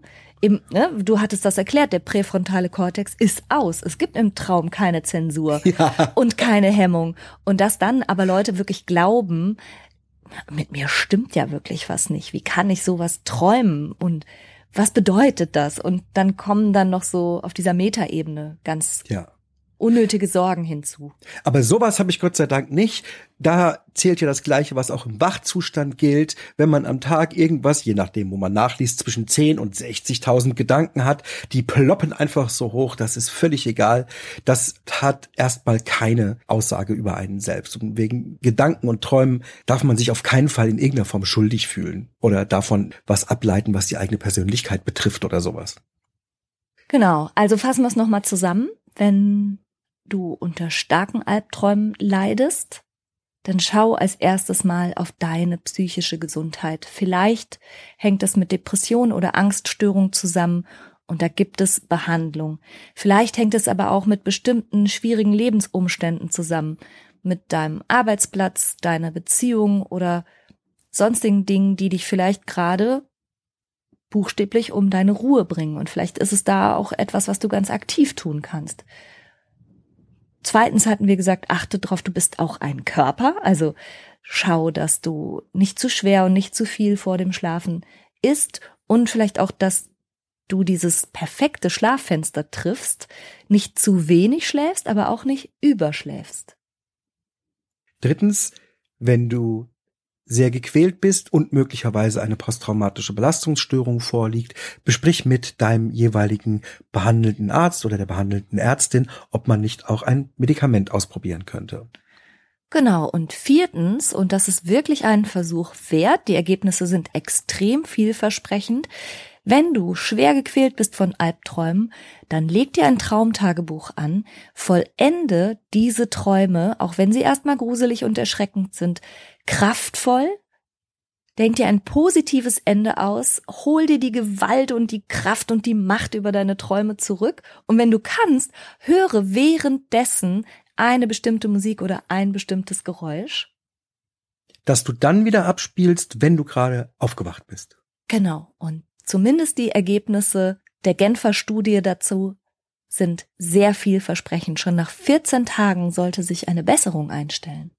Du hattest das erklärt, der präfrontale Kortex ist aus. Es gibt im Traum keine Zensur und keine Hemmung. Und dass dann aber Leute wirklich glauben, mit mir stimmt ja wirklich was nicht. Wie kann ich sowas träumen? Und was bedeutet das? Und dann kommen dann noch so auf dieser Metaebene ganz unnötige Sorgen hinzu. Aber sowas habe ich Gott sei Dank nicht. Da zählt ja das Gleiche, was auch im Wachzustand gilt. Wenn man am Tag irgendwas, je nachdem, wo man nachliest, zwischen 10 und 60.000 Gedanken hat, die ploppen einfach so hoch, das ist völlig egal. Das hat erstmal keine Aussage über einen selbst. Und wegen Gedanken und Träumen darf man sich auf keinen Fall in irgendeiner Form schuldig fühlen oder davon was ableiten, was die eigene Persönlichkeit betrifft oder sowas. Genau, also fassen wir es nochmal zusammen. Wenn du unter starken Albträumen leidest, dann schau als erstes mal auf deine psychische Gesundheit. Vielleicht hängt es mit Depression oder Angststörung zusammen und da gibt es Behandlung. Vielleicht hängt es aber auch mit bestimmten schwierigen Lebensumständen zusammen, mit deinem Arbeitsplatz, deiner Beziehung oder sonstigen Dingen, die dich vielleicht gerade buchstäblich um deine Ruhe bringen. Und vielleicht ist es da auch etwas, was du ganz aktiv tun kannst. Zweitens hatten wir gesagt, achte drauf, du bist auch ein Körper, also schau, dass du nicht zu schwer und nicht zu viel vor dem Schlafen isst und vielleicht auch, dass du dieses perfekte Schlaffenster triffst, nicht zu wenig schläfst, aber auch nicht überschläfst. Drittens, wenn du sehr gequält bist und möglicherweise eine posttraumatische Belastungsstörung vorliegt, besprich mit deinem jeweiligen behandelnden Arzt oder der behandelnden Ärztin, ob man nicht auch ein Medikament ausprobieren könnte. Genau, und viertens, und das ist wirklich einen Versuch wert, die Ergebnisse sind extrem vielversprechend, wenn du schwer gequält bist von Albträumen, dann leg dir ein Traumtagebuch an, vollende diese Träume, auch wenn sie erstmal gruselig und erschreckend sind, kraftvoll, denk dir ein positives Ende aus, hol dir die Gewalt und die Kraft und die Macht über deine Träume zurück und wenn du kannst, höre währenddessen eine bestimmte Musik oder ein bestimmtes Geräusch. Das du dann wieder abspielst, wenn du gerade aufgewacht bist. Genau, und zumindest die Ergebnisse der Genfer Studie dazu sind sehr vielversprechend. Schon nach 14 Tagen sollte sich eine Besserung einstellen.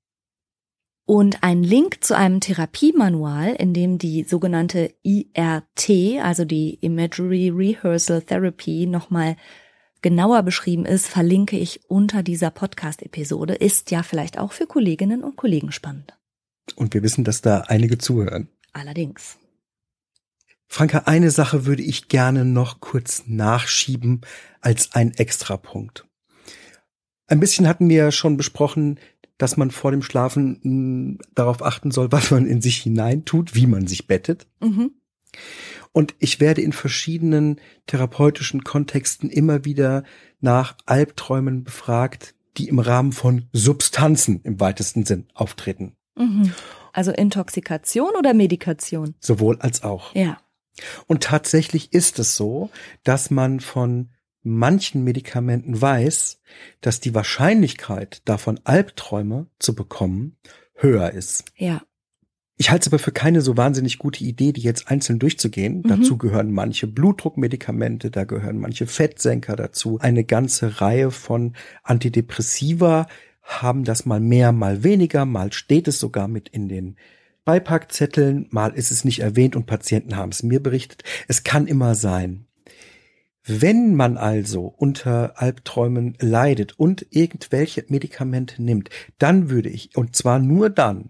Und ein Link zu einem Therapiemanual, in dem die sogenannte IRT, also die Imagery Rehearsal Therapy, nochmal genauer beschrieben ist, verlinke ich unter dieser Podcast-Episode. Ist ja vielleicht auch für Kolleginnen und Kollegen spannend. Und wir wissen, dass da einige zuhören. Allerdings. Franka, eine Sache würde ich gerne noch kurz nachschieben als ein Extrapunkt. Ein bisschen hatten wir ja schon besprochen, dass man vor dem Schlafen darauf achten soll, was man in sich hineintut, wie man sich bettet. Mhm. Und ich werde in verschiedenen therapeutischen Kontexten immer wieder nach Albträumen befragt, die im Rahmen von Substanzen im weitesten Sinn auftreten. Mhm. Also Intoxikation oder Medikation? Sowohl als auch. Ja. Und tatsächlich ist es so, dass man von manchen Medikamenten weiß, dass die Wahrscheinlichkeit, davon Albträume zu bekommen, höher ist. Ja. Ich halte es aber für keine so wahnsinnig gute Idee, die jetzt einzeln durchzugehen. Dazu gehören manche Blutdruckmedikamente, da gehören manche Fettsenker dazu. Eine ganze Reihe von Antidepressiva haben das mal mehr, mal weniger, mal steht es sogar mit in den Beipackzetteln, mal ist es nicht erwähnt und Patienten haben es mir berichtet. Es kann immer sein. Wenn man also unter Albträumen leidet und irgendwelche Medikamente nimmt, dann würde ich, und zwar nur dann,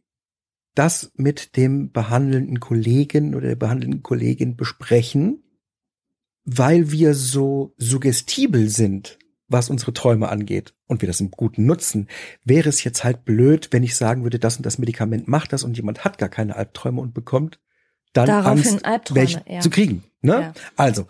das mit dem behandelnden Kollegen oder der behandelnden Kollegin besprechen, weil wir so suggestibel sind, was unsere Träume angeht und wir das im Guten nutzen, wäre es jetzt halt blöd, wenn ich sagen würde, das und das Medikament macht das und jemand hat gar keine Albträume und bekommt dann daraufhin Angst, Albträume, welche ja. zu kriegen. Ne? Ja. Also,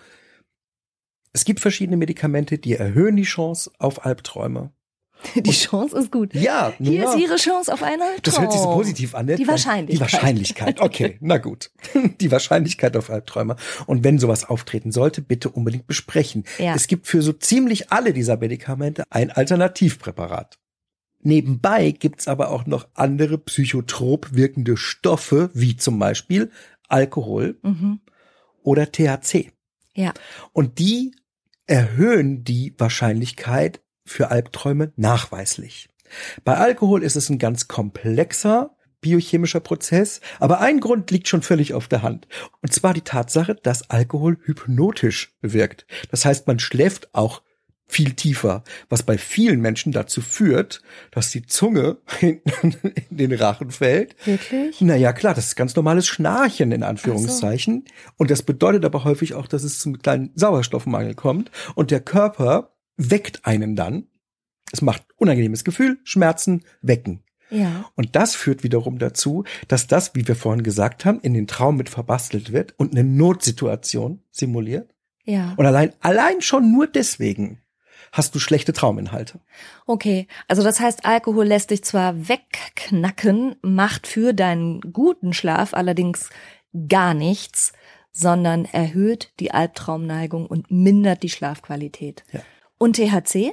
es gibt verschiedene Medikamente, die erhöhen die Chance auf Albträume. Die Chance ist gut. Ja, Hier ja. ist Ihre Chance auf einen Albtraum. Das hört sich so positiv an, ne? Die Wahrscheinlichkeit. Die Wahrscheinlichkeit, okay, na gut. Die Wahrscheinlichkeit auf Albträume. Und wenn sowas auftreten sollte, bitte unbedingt besprechen. Ja. Es gibt für so ziemlich alle dieser Medikamente ein Alternativpräparat. Nebenbei gibt's aber auch noch andere psychotrop wirkende Stoffe, wie zum Beispiel Alkohol oder THC. Ja. Und die erhöhen die Wahrscheinlichkeit für Albträume nachweislich. Bei Alkohol ist es ein ganz komplexer biochemischer Prozess, aber ein Grund liegt schon völlig auf der Hand. Und zwar die Tatsache, dass Alkohol hypnotisch wirkt. Das heißt, man schläft auch viel tiefer, was bei vielen Menschen dazu führt, dass die Zunge in den Rachen fällt. Wirklich? Naja, klar, das ist ganz normales Schnarchen in Anführungszeichen. Und das bedeutet aber häufig auch, dass es zum kleinen Sauerstoffmangel kommt und der Körper weckt einen dann. Es macht unangenehmes Gefühl, Schmerzen, wecken. Ja. Und das führt wiederum dazu, dass das, wie wir vorhin gesagt haben, in den Traum mit verbastelt wird und eine Notsituation simuliert. Ja. Und allein schon nur deswegen hast du schlechte Trauminhalte. Okay, also das heißt, Alkohol lässt dich zwar wegknacken, macht für deinen guten Schlaf allerdings gar nichts, sondern erhöht die Albtraumneigung und mindert die Schlafqualität. Ja. Und THC?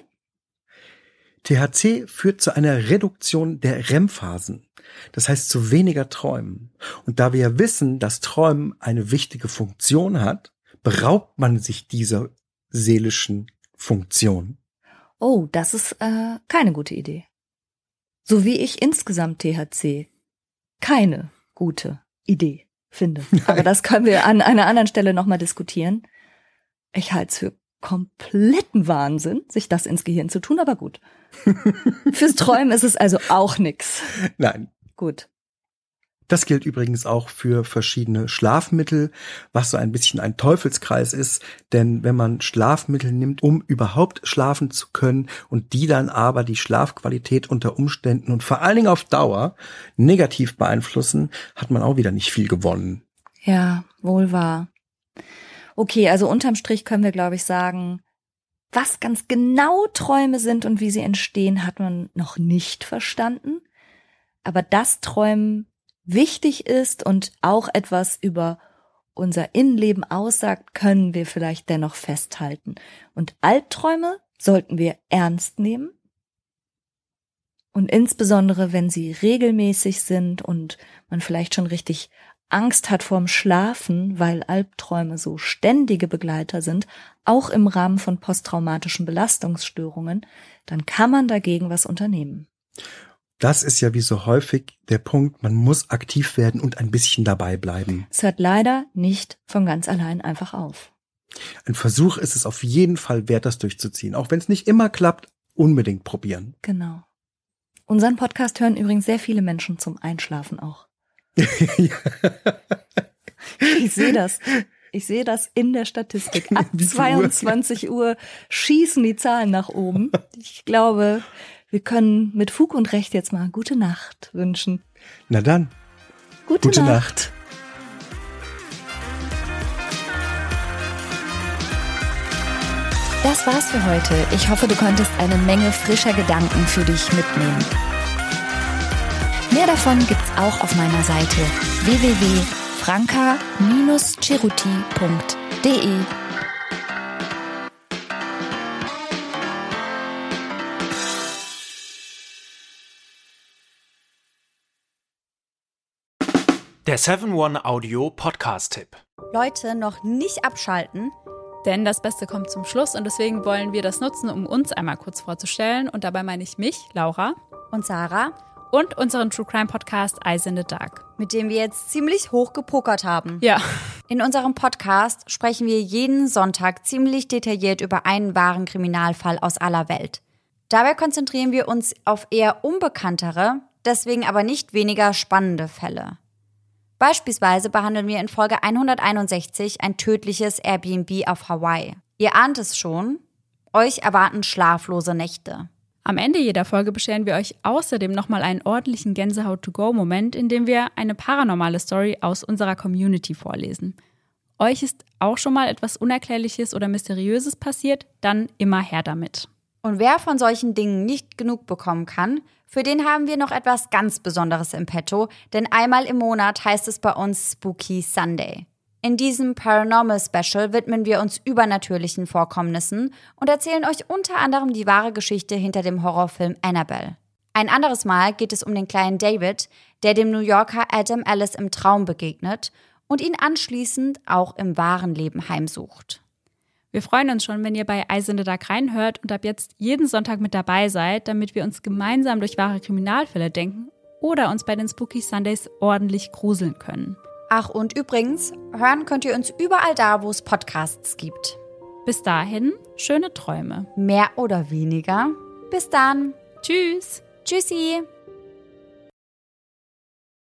THC führt zu einer Reduktion der REM-Phasen. Das heißt zu weniger Träumen. Und da wir ja wissen, dass Träumen eine wichtige Funktion hat, beraubt man sich dieser seelischen Funktion. Oh, das ist keine gute Idee. So wie ich insgesamt THC keine gute Idee finde. Aber das können wir an einer anderen Stelle nochmal diskutieren. Ich halte es für kompletten Wahnsinn, sich das ins Gehirn zu tun, aber gut. Fürs Träumen ist es also auch nix. Nein. Gut. Das gilt übrigens auch für verschiedene Schlafmittel, was so ein bisschen ein Teufelskreis ist. Denn wenn man Schlafmittel nimmt, um überhaupt schlafen zu können und die dann aber die Schlafqualität unter Umständen und vor allen Dingen auf Dauer negativ beeinflussen, hat man auch wieder nicht viel gewonnen. Ja, wohl wahr. Okay, also unterm Strich können wir, glaube ich, sagen, was ganz genau Träume sind und wie sie entstehen, hat man noch nicht verstanden. Aber dass Träumen wichtig ist und auch etwas über unser Innenleben aussagt, können wir vielleicht dennoch festhalten. Und Albträume sollten wir ernst nehmen. Und insbesondere, wenn sie regelmäßig sind und man vielleicht schon richtig Angst hat vorm Schlafen, weil Albträume so ständige Begleiter sind, auch im Rahmen von posttraumatischen Belastungsstörungen, dann kann man dagegen was unternehmen. Das ist ja wie so häufig der Punkt, man muss aktiv werden und ein bisschen dabei bleiben. Es hört leider nicht von ganz allein einfach auf. Ein Versuch ist es auf jeden Fall wert, das durchzuziehen. Auch wenn es nicht immer klappt, unbedingt probieren. Genau. Unseren Podcast hören übrigens sehr viele Menschen zum Einschlafen auch. Ich sehe das. Ich sehe das in der Statistik. Ab 22 Uhr schießen die Zahlen nach oben. Ich glaube, wir können mit Fug und Recht jetzt mal gute Nacht wünschen. Na dann. Gute Nacht. Das war's für heute. Ich hoffe, du konntest eine Menge frischer Gedanken für dich mitnehmen. Mehr davon gibt's auch auf meiner Seite www.franka-ceruti.de. Der 7-One Audio Podcast-Tipp. Leute, noch nicht abschalten. Denn das Beste kommt zum Schluss und deswegen wollen wir das nutzen, um uns einmal kurz vorzustellen. Und dabei meine ich mich, Laura. Und Sarah. Und unseren True Crime Podcast Eyes in the Dark. Mit dem wir jetzt ziemlich hoch gepokert haben. Ja. In unserem Podcast sprechen wir jeden Sonntag ziemlich detailliert über einen wahren Kriminalfall aus aller Welt. Dabei konzentrieren wir uns auf eher unbekanntere, deswegen aber nicht weniger spannende Fälle. Beispielsweise behandeln wir in Folge 161 ein tödliches Airbnb auf Hawaii. Ihr ahnt es schon, euch erwarten schlaflose Nächte. Am Ende jeder Folge bescheren wir euch außerdem nochmal einen ordentlichen Gänsehaut-to-go-Moment, in dem wir eine paranormale Story aus unserer Community vorlesen. Euch ist auch schon mal etwas Unerklärliches oder Mysteriöses passiert? Dann immer her damit. Und wer von solchen Dingen nicht genug bekommen kann, für den haben wir noch etwas ganz Besonderes im Petto, denn einmal im Monat heißt es bei uns Spooky Sunday. In diesem Paranormal Special widmen wir uns übernatürlichen Vorkommnissen und erzählen euch unter anderem die wahre Geschichte hinter dem Horrorfilm Annabelle. Ein anderes Mal geht es um den kleinen David, der dem New Yorker Adam Ellis im Traum begegnet und ihn anschließend auch im wahren Leben heimsucht. Wir freuen uns schon, wenn ihr bei Eyes in the Dark reinhört und ab jetzt jeden Sonntag mit dabei seid, damit wir uns gemeinsam durch wahre Kriminalfälle denken oder uns bei den Spooky Sundays ordentlich gruseln können. Ach, und übrigens, hören könnt ihr uns überall da, wo es Podcasts gibt. Bis dahin, schöne Träume. Mehr oder weniger. Bis dann. Tschüss. Tschüssi.